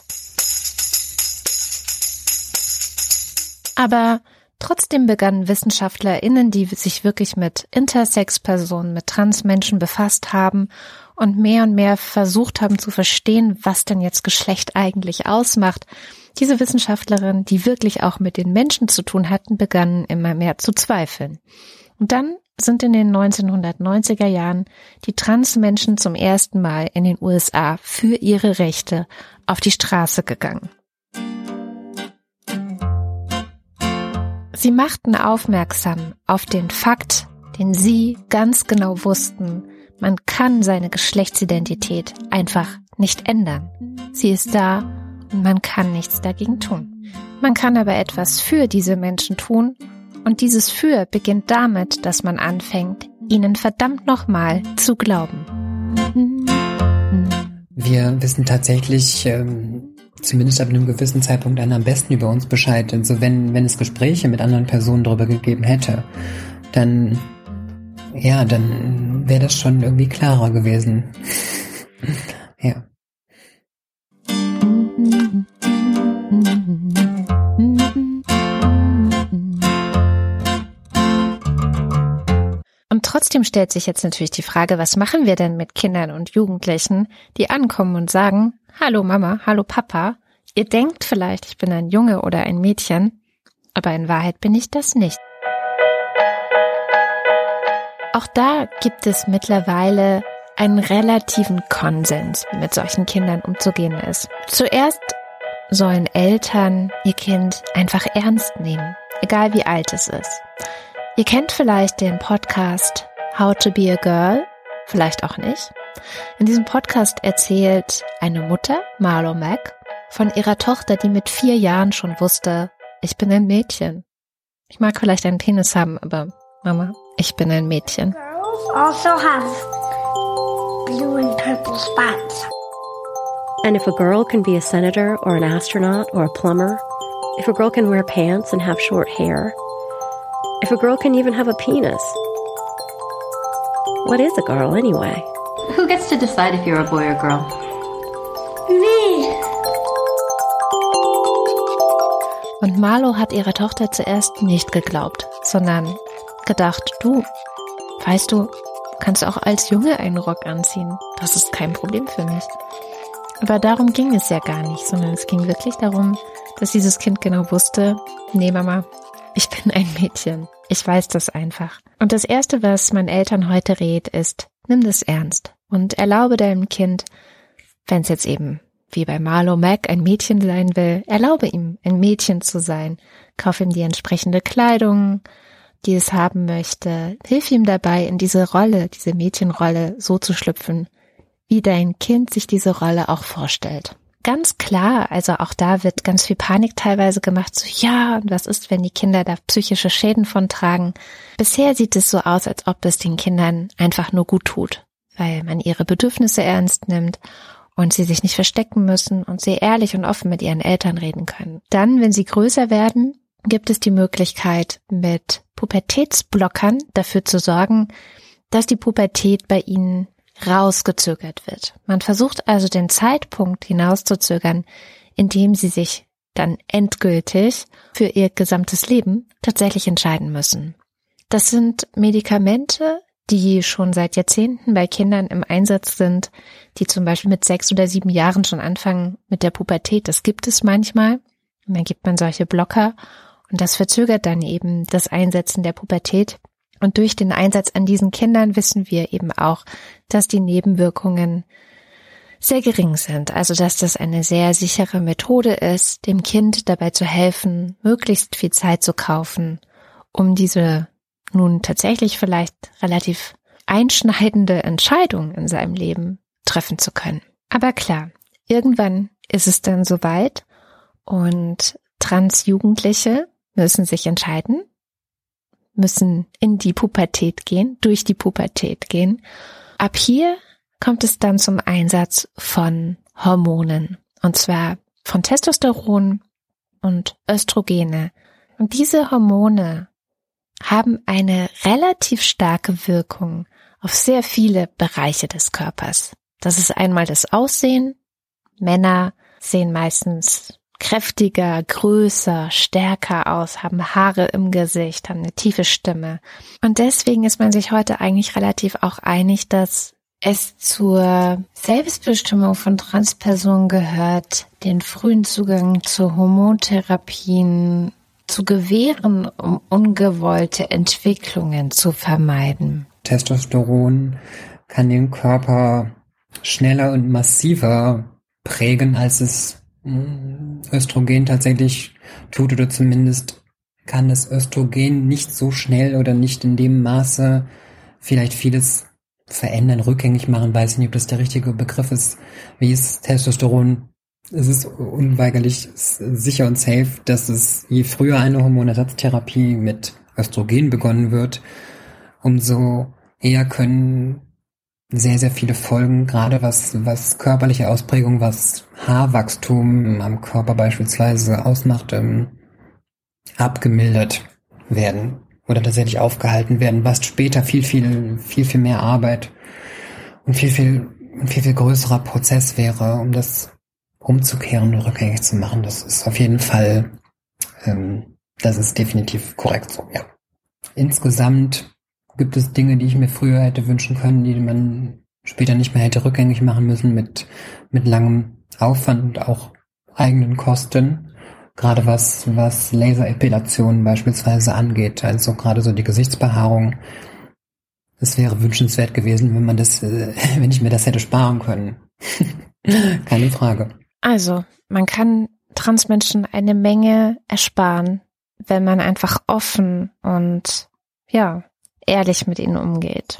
Aber trotzdem begannen WissenschaftlerInnen, die sich wirklich mit Intersex-Personen, mit Transmenschen befasst haben und mehr versucht haben zu verstehen, was denn jetzt Geschlecht eigentlich ausmacht. Diese Wissenschaftlerinnen, die wirklich auch mit den Menschen zu tun hatten, begannen immer mehr zu zweifeln. Und dann sind in den 1990er Jahren die Transmenschen zum ersten Mal in den USA für ihre Rechte auf die Straße gegangen. Sie machten aufmerksam auf den Fakt, den sie ganz genau wussten: Man kann seine Geschlechtsidentität einfach nicht ändern. Sie ist da und man kann nichts dagegen tun. Man kann aber etwas für diese Menschen tun, und dieses Für beginnt damit, dass man anfängt, ihnen verdammt nochmal zu glauben. Wir wissen tatsächlich, zumindest ab einem gewissen Zeitpunkt am besten über uns Bescheid. Also wenn es Gespräche mit anderen Personen darüber gegeben hätte, dann wäre das schon irgendwie klarer gewesen. Ja. Und trotzdem stellt sich jetzt natürlich die Frage, was machen wir denn mit Kindern und Jugendlichen, die ankommen und sagen: Hallo Mama, hallo Papa, ihr denkt vielleicht, ich bin ein Junge oder ein Mädchen, aber in Wahrheit bin ich das nicht. Auch da gibt es mittlerweile einen relativen Konsens, wie mit solchen Kindern umzugehen ist. Zuerst sollen Eltern ihr Kind einfach ernst nehmen, egal wie alt es ist. Ihr kennt vielleicht den Podcast How to be a Girl, vielleicht auch nicht. In diesem Podcast erzählt eine Mutter, Marlo Mack, von ihrer Tochter, die mit 4 Jahren schon wusste: Ich bin ein Mädchen. Ich mag vielleicht einen Penis haben, aber Mama, ich bin ein Mädchen. Girls also have blue and purple spots. And if a girl can be a senator or an astronaut or a plumber, if a girl can wear pants and have short hair, if a girl can even have a penis, what is a girl anyway? Who gets to decide if you're a boy or girl? Me. Und Marlo hat ihrer Tochter zuerst nicht geglaubt, sondern gedacht: Du, weißt du, kannst auch als Junge einen Rock anziehen. Das ist kein Problem für mich. Aber darum ging es ja gar nicht, sondern es ging wirklich darum, dass dieses Kind genau wusste: Nee, Mama, ich bin ein Mädchen. Ich weiß das einfach. Und das Erste, was man Eltern heute rät, ist: Nimm das ernst und erlaube deinem Kind, wenn es jetzt eben wie bei Marlo Mack ein Mädchen sein will, erlaube ihm, ein Mädchen zu sein. Kauf ihm die entsprechende Kleidung, die es haben möchte. Hilf ihm dabei, in diese Rolle, diese Mädchenrolle so zu schlüpfen, wie dein Kind sich diese Rolle auch vorstellt. Ganz klar, also auch da wird ganz viel Panik teilweise gemacht, so ja, und was ist, wenn die Kinder da psychische Schäden von tragen? Bisher sieht es so aus, als ob es den Kindern einfach nur gut tut, weil man ihre Bedürfnisse ernst nimmt und sie sich nicht verstecken müssen und sie ehrlich und offen mit ihren Eltern reden können. Dann, wenn sie größer werden, gibt es die Möglichkeit, mit Pubertätsblockern dafür zu sorgen, dass die Pubertät bei ihnen rausgezögert wird. Man versucht also den Zeitpunkt hinauszuzögern, in dem sie sich dann endgültig für ihr gesamtes Leben tatsächlich entscheiden müssen. Das sind Medikamente, die schon seit Jahrzehnten bei Kindern im Einsatz sind, die zum Beispiel mit 6 oder 7 Jahren schon anfangen mit der Pubertät. Das gibt es manchmal. Und dann gibt man solche Blocker und das verzögert dann eben das Einsetzen der Pubertät. Und durch den Einsatz an diesen Kindern wissen wir eben auch, dass die Nebenwirkungen sehr gering sind. Also dass das eine sehr sichere Methode ist, dem Kind dabei zu helfen, möglichst viel Zeit zu kaufen, um diese nun tatsächlich vielleicht relativ einschneidende Entscheidung in seinem Leben treffen zu können. Aber klar, irgendwann ist es dann soweit und Transjugendliche müssen sich entscheiden, müssen in die Pubertät gehen, durch die Pubertät gehen. Ab hier kommt es dann zum Einsatz von Hormonen, und zwar von Testosteron und Östrogene. Und diese Hormone haben eine relativ starke Wirkung auf sehr viele Bereiche des Körpers. Das ist einmal das Aussehen. Männer sehen meistens kräftiger, größer, stärker aus, haben Haare im Gesicht, haben eine tiefe Stimme. Und deswegen ist man sich heute eigentlich relativ auch einig, dass es zur Selbstbestimmung von Transpersonen gehört, den frühen Zugang zu Hormontherapien zu gewähren, um ungewollte Entwicklungen zu vermeiden. Testosteron kann den Körper schneller und massiver prägen, als es Östrogen tatsächlich tut, oder zumindest kann das Östrogen nicht so schnell oder nicht in dem Maße vielleicht vieles verändern, rückgängig machen, weiß nicht, ob das der richtige Begriff ist, wie es Testosteron. Es ist unweigerlich sicher und safe, dass es, je früher eine Hormonersatztherapie mit Östrogen begonnen wird, umso eher können sehr, sehr viele Folgen, gerade was körperliche Ausprägung, was Haarwachstum am Körper beispielsweise ausmacht, abgemildert werden oder tatsächlich aufgehalten werden, was später viel mehr Arbeit und viel größerer Prozess wäre, um das umzukehren und rückgängig zu machen. Das ist auf jeden Fall, das ist definitiv korrekt so, ja. Insgesamt gibt es Dinge, die ich mir früher hätte wünschen können, die man später nicht mehr hätte rückgängig machen müssen mit langem Aufwand und auch eigenen Kosten. Gerade was Laserepilationen beispielsweise angeht, also gerade so die Gesichtsbehaarung. Es wäre wünschenswert gewesen, wenn ich mir das hätte sparen können. Keine Frage. Also, man kann Transmenschen eine Menge ersparen, wenn man einfach offen und, ehrlich mit ihnen umgeht.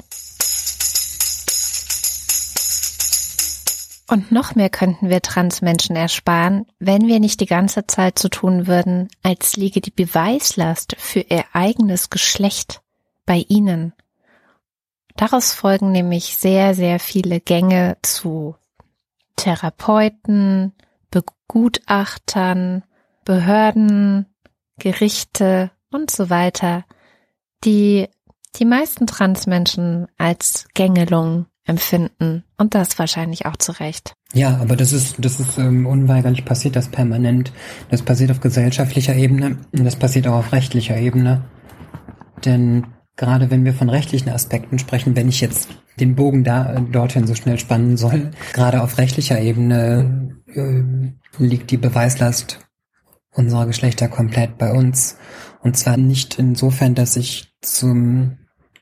Und noch mehr könnten wir Transmenschen ersparen, wenn wir nicht die ganze Zeit so tun würden, als liege die Beweislast für ihr eigenes Geschlecht bei ihnen. Daraus folgen nämlich sehr, sehr viele Gänge zu Therapeuten, Begutachtern, Behörden, Gerichte und so weiter, die meisten Transmenschen als Gängelung empfinden, und das wahrscheinlich auch zu Recht. Ja, aber das ist unweigerlich passiert das permanent. Das passiert auf gesellschaftlicher Ebene und das passiert auch auf rechtlicher Ebene. Denn gerade wenn wir von rechtlichen Aspekten sprechen, wenn ich jetzt den Bogen dorthin so schnell spannen soll, gerade auf rechtlicher Ebene liegt die Beweislast unserer Geschlechter komplett bei uns. Und zwar nicht insofern, dass ich zum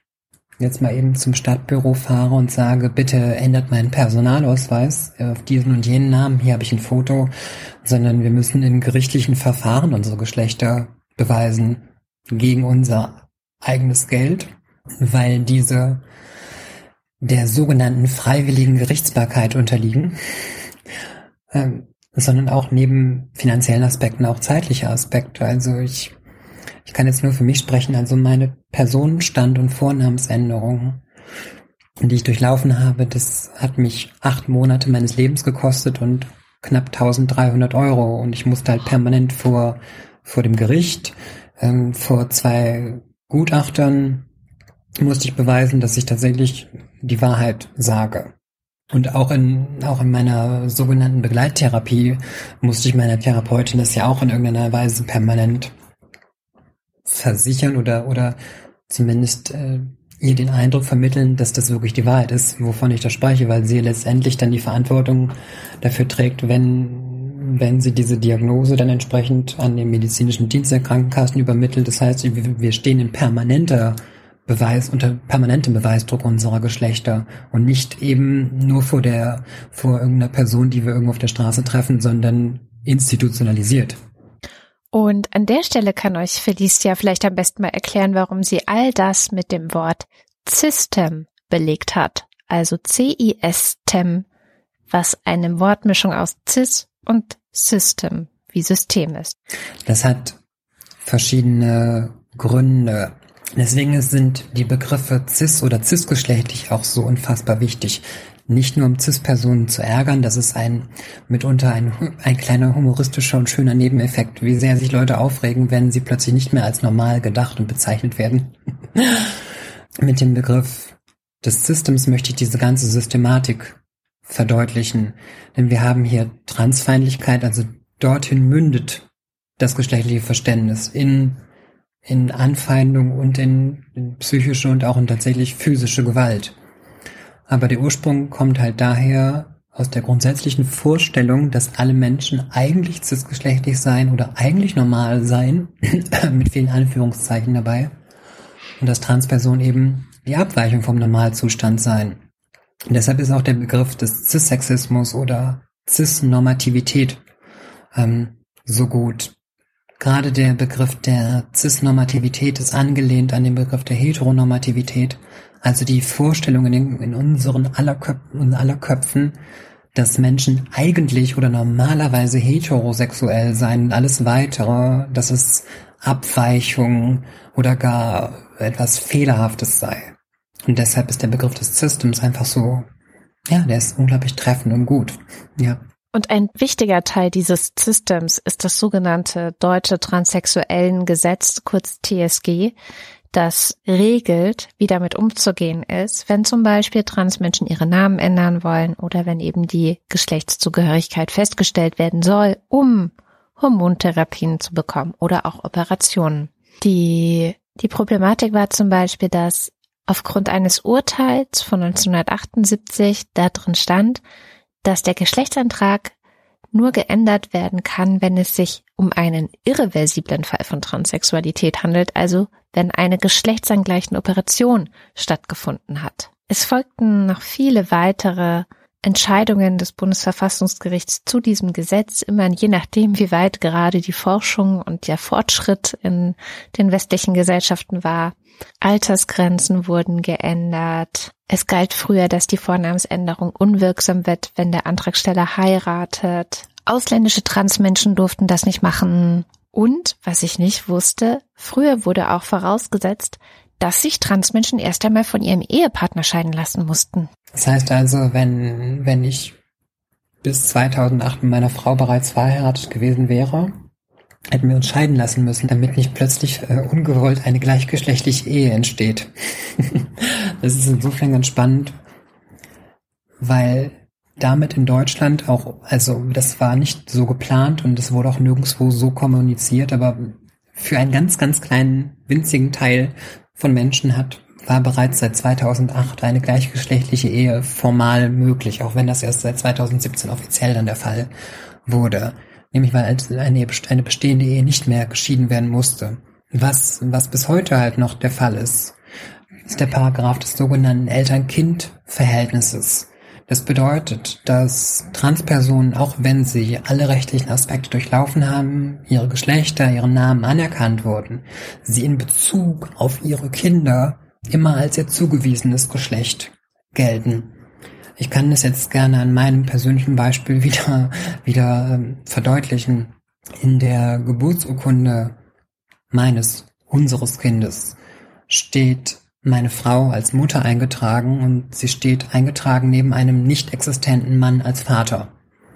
Stadtbüro fahre und sage, bitte ändert meinen Personalausweis auf diesen und jenen Namen, hier habe ich ein Foto, sondern wir müssen in gerichtlichen Verfahren unsere Geschlechter beweisen gegen unser eigenes Geld, weil diese der sogenannten freiwilligen Gerichtsbarkeit unterliegen, sondern auch neben finanziellen Aspekten auch zeitliche Aspekte. Also ich kann jetzt nur für mich sprechen, also meine Personenstand- und Vornamensänderung, die ich durchlaufen habe, das hat mich 8 Monate meines Lebens gekostet und knapp 1.300 € und ich musste halt permanent vor dem Gericht, vor 2 Gutachtern musste ich beweisen, dass ich tatsächlich die Wahrheit sage. Und auch in meiner sogenannten Begleittherapie musste ich meiner Therapeutin das ja auch in irgendeiner Weise permanent versichern oder zumindest ihr den Eindruck vermitteln, dass das wirklich die Wahrheit ist, wovon ich da spreche, weil sie letztendlich dann die Verantwortung dafür trägt, wenn sie diese Diagnose dann entsprechend an den medizinischen Dienst der Krankenkassen übermittelt. Das heißt, wir stehen in unter permanentem Beweisdruck unserer Geschlechter und nicht eben nur vor irgendeiner Person, die wir irgendwo auf der Straße treffen, sondern institutionalisiert. Und an der Stelle kann euch Felicia vielleicht am besten mal erklären, warum sie all das mit dem Wort System belegt hat. Also CIS-TEM, was eine Wortmischung aus Cis und System, wie System ist. Das hat verschiedene Gründe. Deswegen sind die Begriffe cis oder cisgeschlechtlich auch so unfassbar wichtig. Nicht nur um Cis-Personen zu ärgern, das ist mitunter ein kleiner humoristischer und schöner Nebeneffekt, wie sehr sich Leute aufregen, wenn sie plötzlich nicht mehr als normal gedacht und bezeichnet werden. Mit dem Begriff des Systems möchte ich diese ganze Systematik verdeutlichen. Denn wir haben hier Transfeindlichkeit, also dorthin mündet das geschlechtliche Verständnis in Anfeindung und in psychische und auch in tatsächlich physische Gewalt. Aber der Ursprung kommt halt daher aus der grundsätzlichen Vorstellung, dass alle Menschen eigentlich cisgeschlechtlich sein oder eigentlich normal sein, mit vielen Anführungszeichen dabei, und dass Transpersonen eben die Abweichung vom Normalzustand seien. Und deshalb ist auch der Begriff des Cissexismus oder Cisnormativität so gut. Gerade der Begriff der Cisnormativität ist angelehnt an den Begriff der Heteronormativität, also die Vorstellung in unseren aller Köpfen, dass Menschen eigentlich oder normalerweise heterosexuell seien und alles Weitere, dass es Abweichung oder gar etwas Fehlerhaftes sei. Und deshalb ist der Begriff des Systems einfach so, ja, der ist unglaublich treffend und gut, ja. Und ein wichtiger Teil dieses Systems ist das sogenannte Deutsche Transsexuellengesetz, kurz TSG, das regelt, wie damit umzugehen ist, wenn zum Beispiel Transmenschen ihre Namen ändern wollen oder wenn eben die Geschlechtszugehörigkeit festgestellt werden soll, um Hormontherapien zu bekommen oder auch Operationen. Die Problematik war zum Beispiel, dass aufgrund eines Urteils von 1978 da drin stand, dass der Geschlechtsantrag nur geändert werden kann, wenn es sich um einen irreversiblen Fall von Transsexualität handelt, also wenn eine geschlechtsangleichende Operation stattgefunden hat. Es folgten noch viele weitere Entscheidungen des Bundesverfassungsgerichts zu diesem Gesetz, immer je nachdem, wie weit gerade die Forschung und der Fortschritt in den westlichen Gesellschaften war. Altersgrenzen wurden geändert. Es galt früher, dass die Vornamensänderung unwirksam wird, wenn der Antragsteller heiratet. Ausländische Transmenschen durften das nicht machen. Und, was ich nicht wusste, früher wurde auch vorausgesetzt, dass sich Transmenschen erst einmal von ihrem Ehepartner scheiden lassen mussten. Das heißt also, wenn ich bis 2008 mit meiner Frau bereits verheiratet gewesen wäre, hätten wir uns scheiden lassen müssen, damit nicht plötzlich ungewollt eine gleichgeschlechtliche Ehe entsteht. Das ist insofern ganz spannend, weil damit in Deutschland auch, also das war nicht so geplant und es wurde auch nirgendwo so kommuniziert, aber für einen ganz, ganz kleinen, winzigen Teil von Menschen war bereits seit 2008 eine gleichgeschlechtliche Ehe formal möglich, auch wenn das erst seit 2017 offiziell dann der Fall wurde. Nämlich weil eine bestehende Ehe nicht mehr geschieden werden musste. Was bis heute halt noch der Fall ist der Paragraph des sogenannten Eltern-Kind-Verhältnisses. Das bedeutet, dass Transpersonen, auch wenn sie alle rechtlichen Aspekte durchlaufen haben, ihre Geschlechter, ihren Namen anerkannt wurden, sie in Bezug auf ihre Kinder immer als ihr zugewiesenes Geschlecht gelten. Ich kann das jetzt gerne an meinem persönlichen Beispiel wieder verdeutlichen. In der Geburtsurkunde unseres Kindes steht meine Frau als Mutter eingetragen und sie steht eingetragen neben einem nicht existenten Mann als Vater.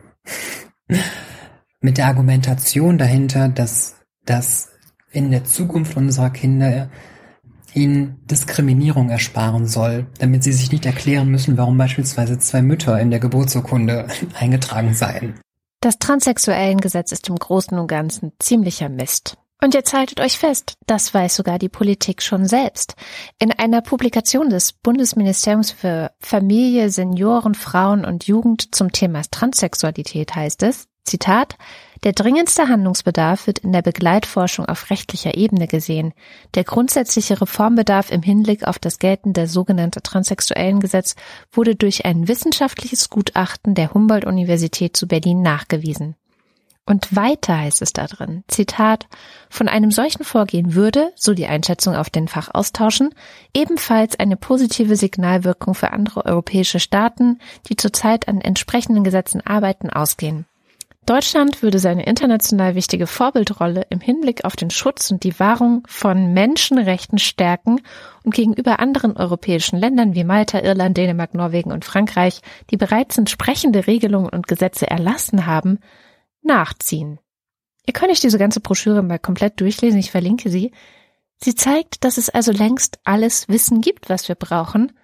Mit der Argumentation dahinter, dass das in der Zukunft unserer Kinder ihnen Diskriminierung ersparen soll, damit sie sich nicht erklären müssen, warum beispielsweise 2 Mütter in der Geburtsurkunde eingetragen seien. Das Transsexuellengesetz ist im Großen und Ganzen ziemlicher Mist. Und jetzt haltet euch fest, das weiß sogar die Politik schon selbst. In einer Publikation des Bundesministeriums für Familie, Senioren, Frauen und Jugend zum Thema Transsexualität heißt es, Zitat, der dringendste Handlungsbedarf wird in der Begleitforschung auf rechtlicher Ebene gesehen. Der grundsätzliche Reformbedarf im Hinblick auf das geltende sogenannte Transsexuellengesetz wurde durch ein wissenschaftliches Gutachten der Humboldt-Universität zu Berlin nachgewiesen. Und weiter heißt es da drin, Zitat, von einem solchen Vorgehen würde, so die Einschätzung auf den Fachaustauschen, ebenfalls eine positive Signalwirkung für andere europäische Staaten, die zurzeit an entsprechenden Gesetzen arbeiten, ausgehen. Deutschland würde seine international wichtige Vorbildrolle im Hinblick auf den Schutz und die Wahrung von Menschenrechten stärken und gegenüber anderen europäischen Ländern wie Malta, Irland, Dänemark, Norwegen und Frankreich, die bereits entsprechende Regelungen und Gesetze erlassen haben, nachziehen. Ihr könnt euch diese ganze Broschüre mal komplett durchlesen, ich verlinke sie. Sie zeigt, dass es also längst alles Wissen gibt, was wir brauchen,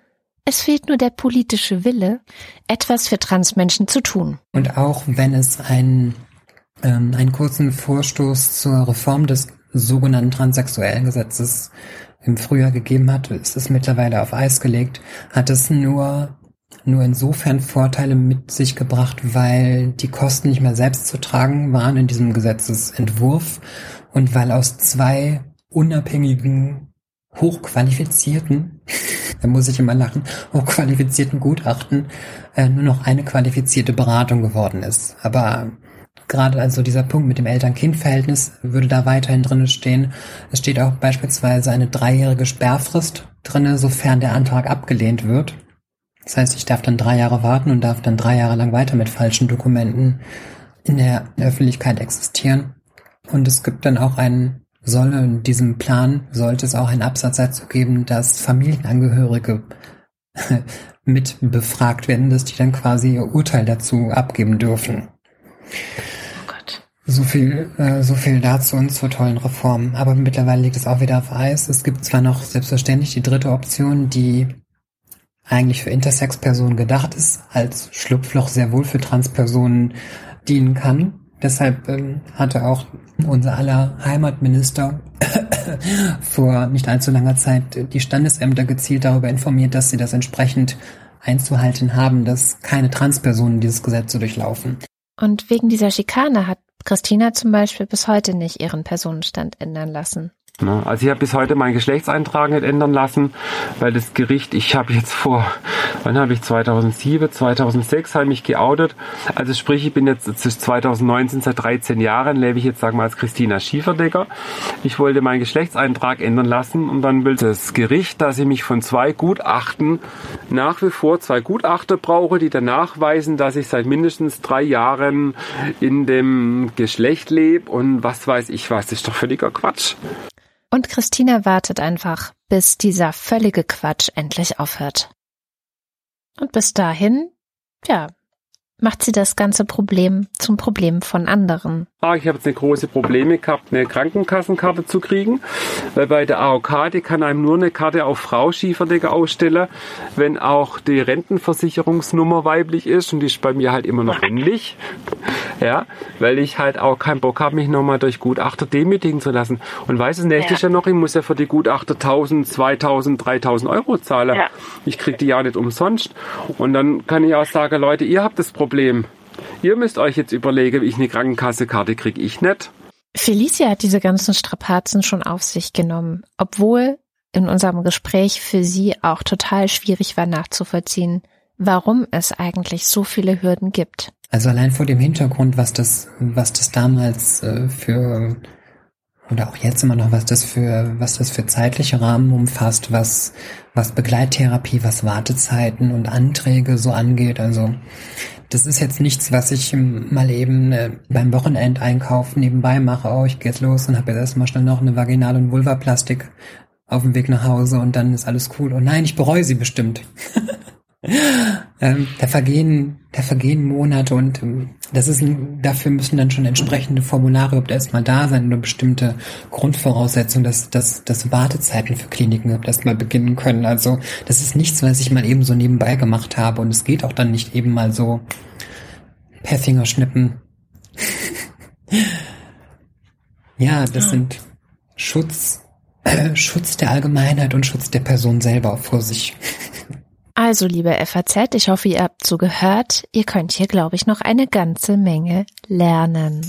Es fehlt nur der politische Wille, etwas für Transmenschen zu tun. Und auch wenn es einen kurzen Vorstoß zur Reform des sogenannten transsexuellen Gesetzes im Frühjahr gegeben hat, ist es mittlerweile auf Eis gelegt, hat es nur insofern Vorteile mit sich gebracht, weil die Kosten nicht mehr selbst zu tragen waren in diesem Gesetzesentwurf und weil aus 2 unabhängigen, hochqualifizierten, da muss ich immer lachen, hochqualifizierten Gutachten nur noch eine qualifizierte Beratung geworden ist. Aber gerade also dieser Punkt mit dem Eltern-Kind-Verhältnis würde da weiterhin drinne stehen. Es steht auch beispielsweise eine 3-jährige Sperrfrist drinne, sofern der Antrag abgelehnt wird. Das heißt, ich darf dann 3 Jahre warten und darf dann 3 Jahre lang weiter mit falschen Dokumenten in der Öffentlichkeit existieren. Und es gibt dann auch in diesem Plan sollte es auch einen Absatz dazu geben, dass Familienangehörige mit befragt werden, dass die dann quasi ihr Urteil dazu abgeben dürfen. Oh Gott. So viel dazu und zur tollen Reform. Aber mittlerweile liegt es auch wieder auf Eis. Es gibt zwar noch selbstverständlich die dritte Option, die eigentlich für Intersex-Personen gedacht ist, als Schlupfloch sehr wohl für Transpersonen dienen kann. Deshalb hatte auch unser aller Heimatminister vor nicht allzu langer Zeit die Standesämter gezielt darüber informiert, dass sie das entsprechend einzuhalten haben, dass keine Transpersonen dieses Gesetz so durchlaufen. Und wegen dieser Schikane hat Christina zum Beispiel bis heute nicht ihren Personenstand ändern lassen. Also ich habe bis heute meinen Geschlechtseintrag nicht ändern lassen, weil das Gericht, ich habe jetzt 2007, 2006 habe mich geoutet. Also sprich, ich bin jetzt 2019, seit 13 Jahren lebe ich jetzt, sagen wir mal, als Christina Schieferdecker. Ich wollte meinen Geschlechtseintrag ändern lassen und dann will das Gericht, dass ich mich von 2 Gutachten nach wie vor 2 Gutachter brauche, die dann nachweisen, dass ich seit mindestens 3 Jahren in dem Geschlecht lebe und was weiß ich was. Das ist doch völliger Quatsch. Und Christina wartet einfach, bis dieser völlige Quatsch endlich aufhört. Und bis dahin, macht sie das ganze Problem zum Problem von anderen. Ich habe jetzt eine große Probleme gehabt, eine Krankenkassenkarte zu kriegen, weil bei der AOK, die kann einem nur eine Karte auf Frau Schieferdecker ausstellen, wenn auch die Rentenversicherungsnummer weiblich ist und die ist bei mir halt immer noch männlich. Ja, weil ich halt auch keinen Bock habe, mich nochmal durch Gutachter demütigen zu lassen. Und weißt du, das nächste ist ja noch, ich muss ja für die Gutachter 1.000, 2.000, 3.000 Euro zahlen. Ja. Ich kriege die ja nicht umsonst. Und dann kann ich auch sagen, Leute, ihr habt das Problem. Ihr müsst euch jetzt überlegen, wie ich eine Krankenkassenkarte kriege, ich nicht. Felicia hat diese ganzen Strapazen schon auf sich genommen, obwohl in unserem Gespräch für sie auch total schwierig war nachzuvollziehen, warum es eigentlich so viele Hürden gibt. Also allein vor dem Hintergrund, was das damals oder auch jetzt immer noch, was das für zeitliche Rahmen umfasst, was Begleittherapie, was Wartezeiten und Anträge so angeht. Also das ist jetzt nichts, was ich mal eben beim Wochenendeinkauf nebenbei mache. Ich gehe jetzt los und habe jetzt erstmal schnell noch eine Vaginal- und Vulvaplastik auf dem Weg nach Hause und dann ist alles cool. Oh nein, ich bereue sie bestimmt. Da vergehen Monate und dafür müssen dann schon entsprechende Formulare erstmal da sein oder bestimmte Grundvoraussetzungen, dass Wartezeiten für Kliniken erstmal beginnen können. Also das ist nichts, was ich mal eben so nebenbei gemacht habe und es geht auch dann nicht eben mal so per Fingerschnippen. Ja, das sind Schutz der Allgemeinheit und Schutz der Person selber vor sich. Also, liebe FAZ, ich hoffe, ihr habt zugehört. Ihr könnt hier, glaube ich, noch eine ganze Menge lernen.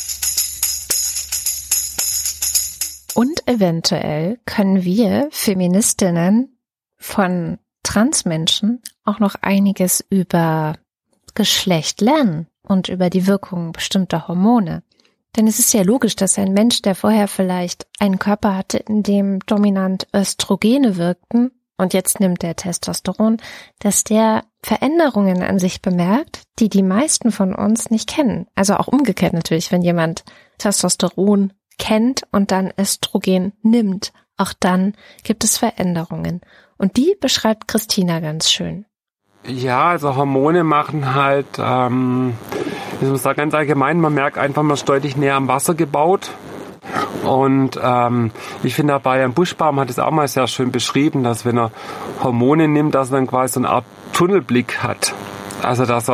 Und eventuell können wir Feministinnen von Transmenschen auch noch einiges über Geschlecht lernen und über die Wirkung bestimmter Hormone. Denn es ist ja logisch, dass ein Mensch, der vorher vielleicht einen Körper hatte, in dem dominant Östrogene wirkten, und jetzt nimmt der Testosteron, dass der Veränderungen an sich bemerkt, die die meisten von uns nicht kennen. Also auch umgekehrt natürlich, wenn jemand Testosteron kennt und dann Östrogen nimmt, auch dann gibt es Veränderungen. Und die beschreibt Christina ganz schön. Ja, also Hormone machen halt, ich muss sagen, ganz allgemein, man merkt einfach, man ist deutlich näher am Wasser gebaut. Und ich finde, Bayern Buschbaum hat es auch mal sehr schön beschrieben, dass wenn er Hormone nimmt, dass er dann quasi so eine Art Tunnelblick hat. Also dass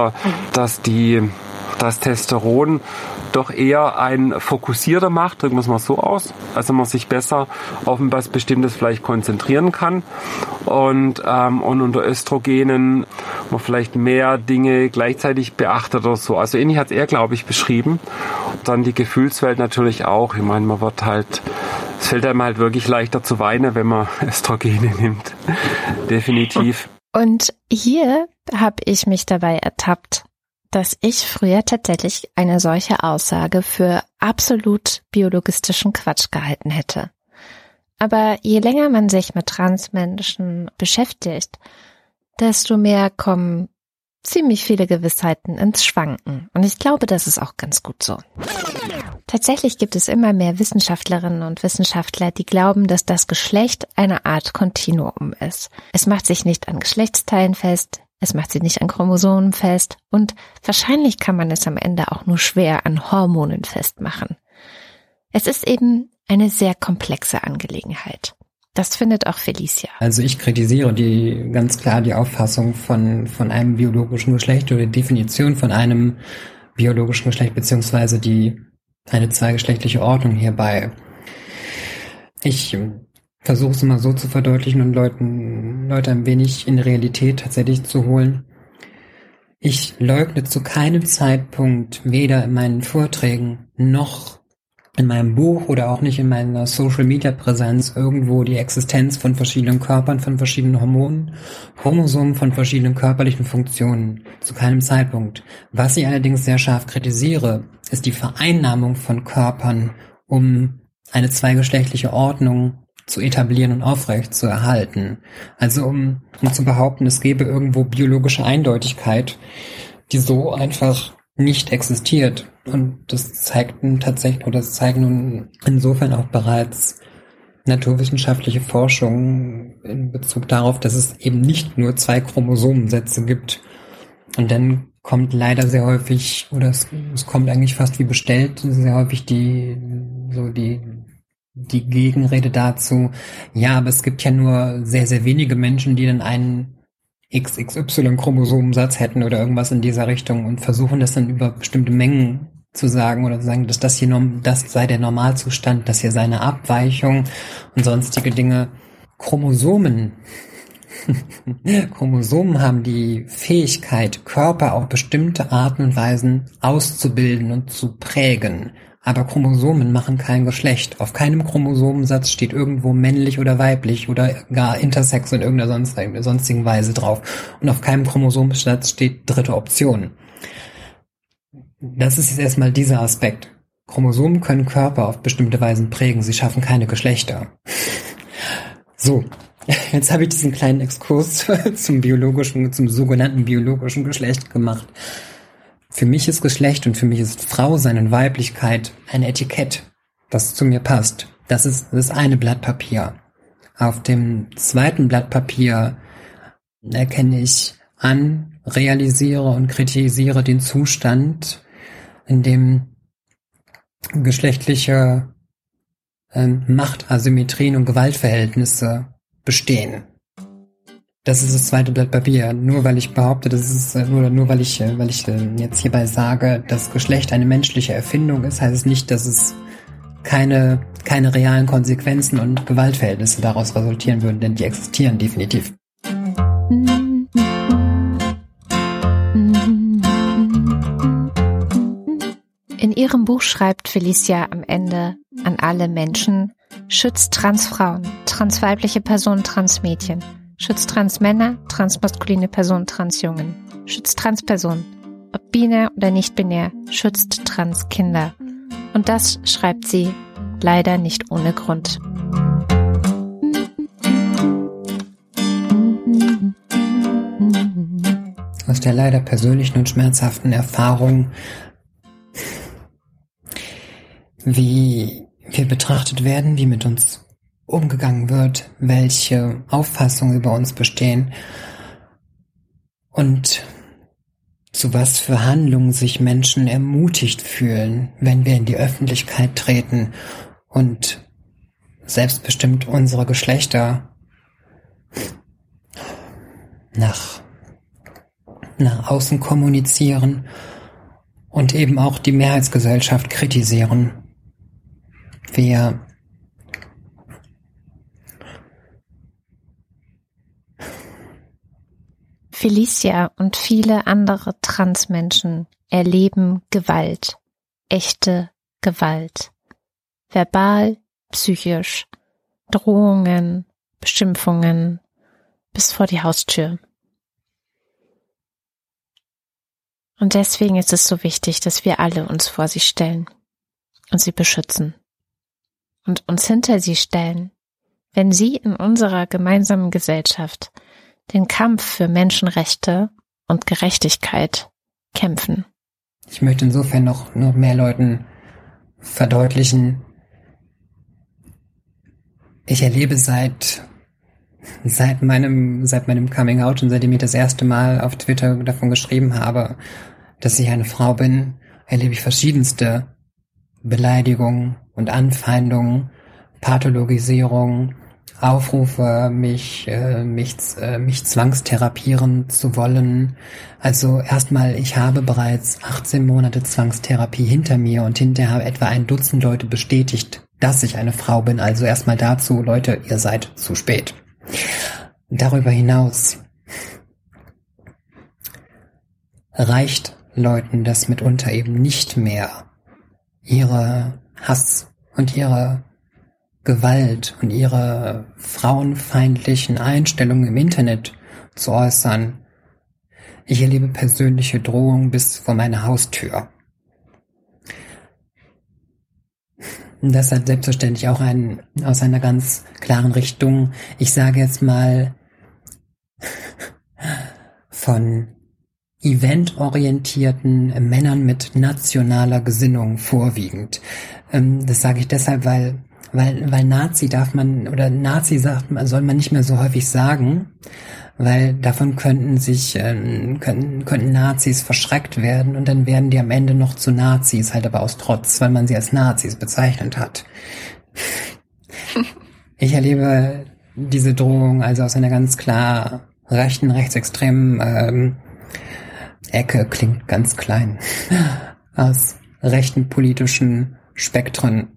das Testosteron doch eher ein fokussierter macht, drücken wir es mal so aus, also man sich besser auf etwas Bestimmtes vielleicht konzentrieren kann und unter Östrogenen man vielleicht mehr Dinge gleichzeitig beachtet oder so. Also ähnlich hat es er, glaube ich, beschrieben. Dann die Gefühlswelt natürlich auch. Ich meine, es fällt einem halt wirklich leichter zu weinen, wenn man Östrogene nimmt. Definitiv. Und hier habe ich mich dabei ertappt, dass ich früher tatsächlich eine solche Aussage für absolut biologistischen Quatsch gehalten hätte. Aber je länger man sich mit Transmenschen beschäftigt, desto mehr kommen ziemlich viele Gewissheiten ins Schwanken. Und ich glaube, das ist auch ganz gut so. Tatsächlich gibt es immer mehr Wissenschaftlerinnen und Wissenschaftler, die glauben, dass das Geschlecht eine Art Kontinuum ist. Es macht sich nicht an Geschlechtsteilen fest, es macht sich nicht an Chromosomen fest und wahrscheinlich kann man es am Ende auch nur schwer an Hormonen festmachen. Es ist eben eine sehr komplexe Angelegenheit. Das findet auch Felicia. Also ich kritisiere ganz klar die Auffassung von einem biologischen Geschlecht oder die Definition von einem biologischen Geschlecht beziehungsweise eine zweigeschlechtliche Ordnung hierbei. Ich versuche es immer so zu verdeutlichen und Leute ein wenig in die Realität tatsächlich zu holen. Ich leugne zu keinem Zeitpunkt weder in meinen Vorträgen noch in meinem Buch oder auch nicht in meiner Social-Media-Präsenz irgendwo die Existenz von verschiedenen Körpern, von verschiedenen Hormonen, Chromosomen, von verschiedenen körperlichen Funktionen. Zu keinem Zeitpunkt. Was ich allerdings sehr scharf kritisiere, ist die Vereinnahmung von Körpern, um eine zweigeschlechtliche Ordnung zu etablieren und aufrecht zu erhalten. Also um zu behaupten, es gäbe irgendwo biologische Eindeutigkeit, die so einfach nicht existiert. Und das zeigen nun insofern auch bereits naturwissenschaftliche Forschung in Bezug darauf, dass es eben nicht nur 2 Chromosomensätze gibt. Und dann kommt leider sehr häufig, oder es kommt eigentlich fast wie bestellt, sehr häufig die Gegenrede dazu, ja, aber es gibt ja nur sehr, sehr wenige Menschen, die dann einen XXY-Chromosomensatz hätten oder irgendwas in dieser Richtung und versuchen das dann über bestimmte Mengen zu sagen oder zu sagen, dass das sei der Normalzustand, das hier sei eine Abweichung und sonstige Dinge. Chromosomen haben die Fähigkeit, Körper auf bestimmte Arten und Weisen auszubilden und zu prägen. Aber Chromosomen machen kein Geschlecht. Auf keinem Chromosomensatz steht irgendwo männlich oder weiblich oder gar intersex in irgendeiner sonstigen Weise drauf. Und auf keinem Chromosomensatz steht dritte Option. Das ist jetzt erstmal dieser Aspekt. Chromosomen können Körper auf bestimmte Weisen prägen. Sie schaffen keine Geschlechter. So, jetzt habe ich diesen kleinen Exkurs zum sogenannten biologischen Geschlecht gemacht. Für mich ist Geschlecht und für mich ist Frausein und Weiblichkeit ein Etikett, das zu mir passt. Das ist das eine Blatt Papier. Auf dem zweiten Blatt Papier erkenne ich an, realisiere und kritisiere den Zustand, in dem geschlechtliche Machtasymmetrien und Gewaltverhältnisse bestehen. Das ist das zweite Blatt Papier. Nur weil ich behaupte, nur weil ich jetzt hierbei sage, dass Geschlecht eine menschliche Erfindung ist, heißt es nicht, dass es keine realen Konsequenzen und Gewaltverhältnisse daraus resultieren würden, denn die existieren definitiv. In ihrem Buch schreibt Felicia am Ende an alle Menschen: Schützt Transfrauen, transweibliche Personen, Transmädchen. Schützt Transmänner, transmaskuline Personen, Transjungen. Schützt Transpersonen, ob binär oder nicht binär. Schützt Transkinder. Und das schreibt sie leider nicht ohne Grund. Aus der leider persönlichen und schmerzhaften Erfahrung, wie wir betrachtet werden, wie mit uns umgegangen wird, welche Auffassungen über uns bestehen und zu was für Handlungen sich Menschen ermutigt fühlen, wenn wir in die Öffentlichkeit treten und selbstbestimmt unsere Geschlechter nach außen kommunizieren und eben auch die Mehrheitsgesellschaft kritisieren. Felicia und viele andere Transmenschen erleben Gewalt, echte Gewalt, verbal, psychisch, Drohungen, Beschimpfungen bis vor die Haustür. Und deswegen ist es so wichtig, dass wir alle uns vor sie stellen und sie beschützen und uns hinter sie stellen, wenn sie in unserer gemeinsamen Gesellschaft den Kampf für Menschenrechte und Gerechtigkeit kämpfen. Ich möchte insofern noch mehr Leuten verdeutlichen, ich erlebe seit meinem Coming Out und seitdem ich das erste Mal auf Twitter davon geschrieben habe, dass ich eine Frau bin, erlebe ich verschiedenste Beleidigungen und Anfeindungen, Pathologisierung, Aufrufe, mich zwangstherapieren zu wollen. Also erstmal, ich habe bereits 18 Monate Zwangstherapie hinter mir und hinterher haben etwa ein Dutzend Leute bestätigt, dass ich eine Frau bin. Also erstmal dazu, Leute, ihr seid zu spät. Darüber hinaus reicht Leuten das mitunter eben nicht mehr, ihre Hass und ihre Gewalt und ihre frauenfeindlichen Einstellungen im Internet zu äußern. Ich erlebe persönliche Drohungen bis vor meine Haustür. Das hat selbstverständlich auch aus einer ganz klaren Richtung, ich sage jetzt mal, von eventorientierten Männern mit nationaler Gesinnung vorwiegend. Das sage ich deshalb, weil Nazi soll man nicht mehr so häufig sagen, weil davon könnten Nazis verschreckt werden und dann werden die am Ende noch zu Nazis, halt aber aus Trotz, weil man sie als Nazis bezeichnet hat. Ich erlebe diese Drohung also aus einer ganz klar rechtsextremen Ecke, klingt ganz klein, aus rechten politischen Spektren.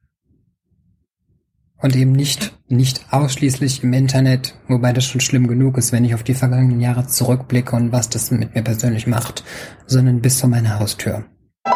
Und eben nicht ausschließlich im Internet, wobei das schon schlimm genug ist, wenn ich auf die vergangenen Jahre zurückblicke und was das mit mir persönlich macht, sondern bis vor meine Haustür.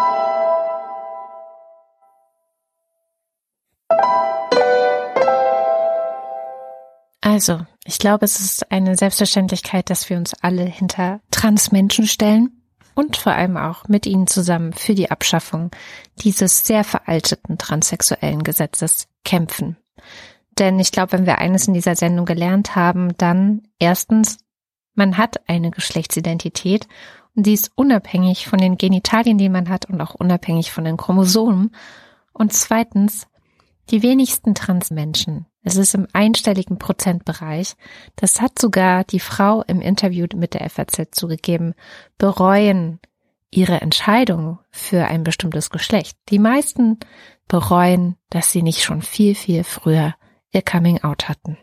Also, ich glaube, es ist eine Selbstverständlichkeit, dass wir uns alle hinter Transmenschen stellen und vor allem auch mit ihnen zusammen für die Abschaffung dieses sehr veralteten transsexuellen Gesetzes kämpfen. Denn ich glaube, wenn wir eines in dieser Sendung gelernt haben, dann erstens, man hat eine Geschlechtsidentität und die ist unabhängig von den Genitalien, die man hat und auch unabhängig von den Chromosomen. Und zweitens, die wenigsten Transmenschen, es ist im einstelligen Prozentbereich, das hat sogar die Frau im Interview mit der FAZ zugegeben, bereuen ihre Entscheidung für ein bestimmtes Geschlecht. Die meisten bereuen, dass sie nicht schon viel, viel früher ihr Coming-out hatten.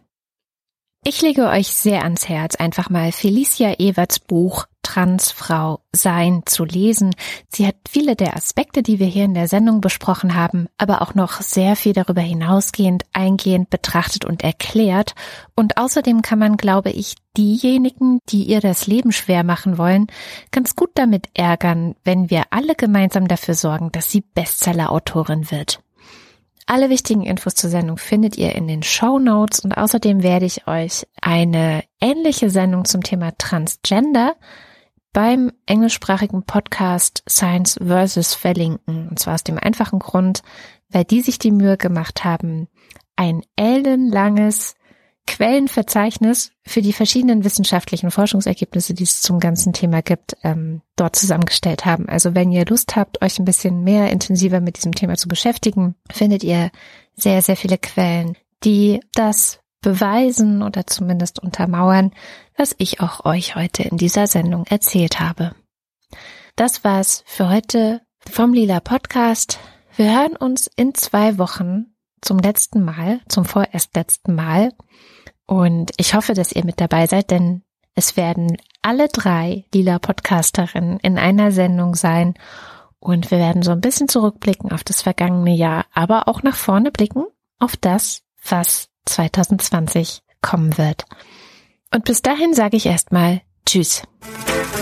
Ich lege euch sehr ans Herz, einfach mal Felicia Everts Buch Transfrau sein zu lesen. Sie hat viele der Aspekte, die wir hier in der Sendung besprochen haben, aber auch noch sehr viel darüber hinausgehend, eingehend betrachtet und erklärt. Und außerdem kann man, glaube ich, diejenigen, die ihr das Leben schwer machen wollen, ganz gut damit ärgern, wenn wir alle gemeinsam dafür sorgen, dass sie Bestseller-Autorin wird. Alle wichtigen Infos zur Sendung findet ihr in den Shownotes und außerdem werde ich euch eine ähnliche Sendung zum Thema Transgender beim englischsprachigen Podcast Science vs. verlinken. Und zwar aus dem einfachen Grund, weil die sich die Mühe gemacht haben, ein ellenlanges Quellenverzeichnis für die verschiedenen wissenschaftlichen Forschungsergebnisse, die es zum ganzen Thema gibt, dort zusammengestellt haben. Also wenn ihr Lust habt, euch ein bisschen mehr intensiver mit diesem Thema zu beschäftigen, findet ihr sehr, sehr viele Quellen, die das beweisen oder zumindest untermauern, was ich auch euch heute in dieser Sendung erzählt habe. Das war's für heute vom Lila Podcast. Wir hören uns in 2 Wochen zum vorerst letzten Mal. Und ich hoffe, dass ihr mit dabei seid, denn es werden alle 3 lila Podcasterinnen in einer Sendung sein. Und wir werden so ein bisschen zurückblicken auf das vergangene Jahr, aber auch nach vorne blicken auf das, was 2020 kommen wird. Und bis dahin sage ich erstmal Tschüss.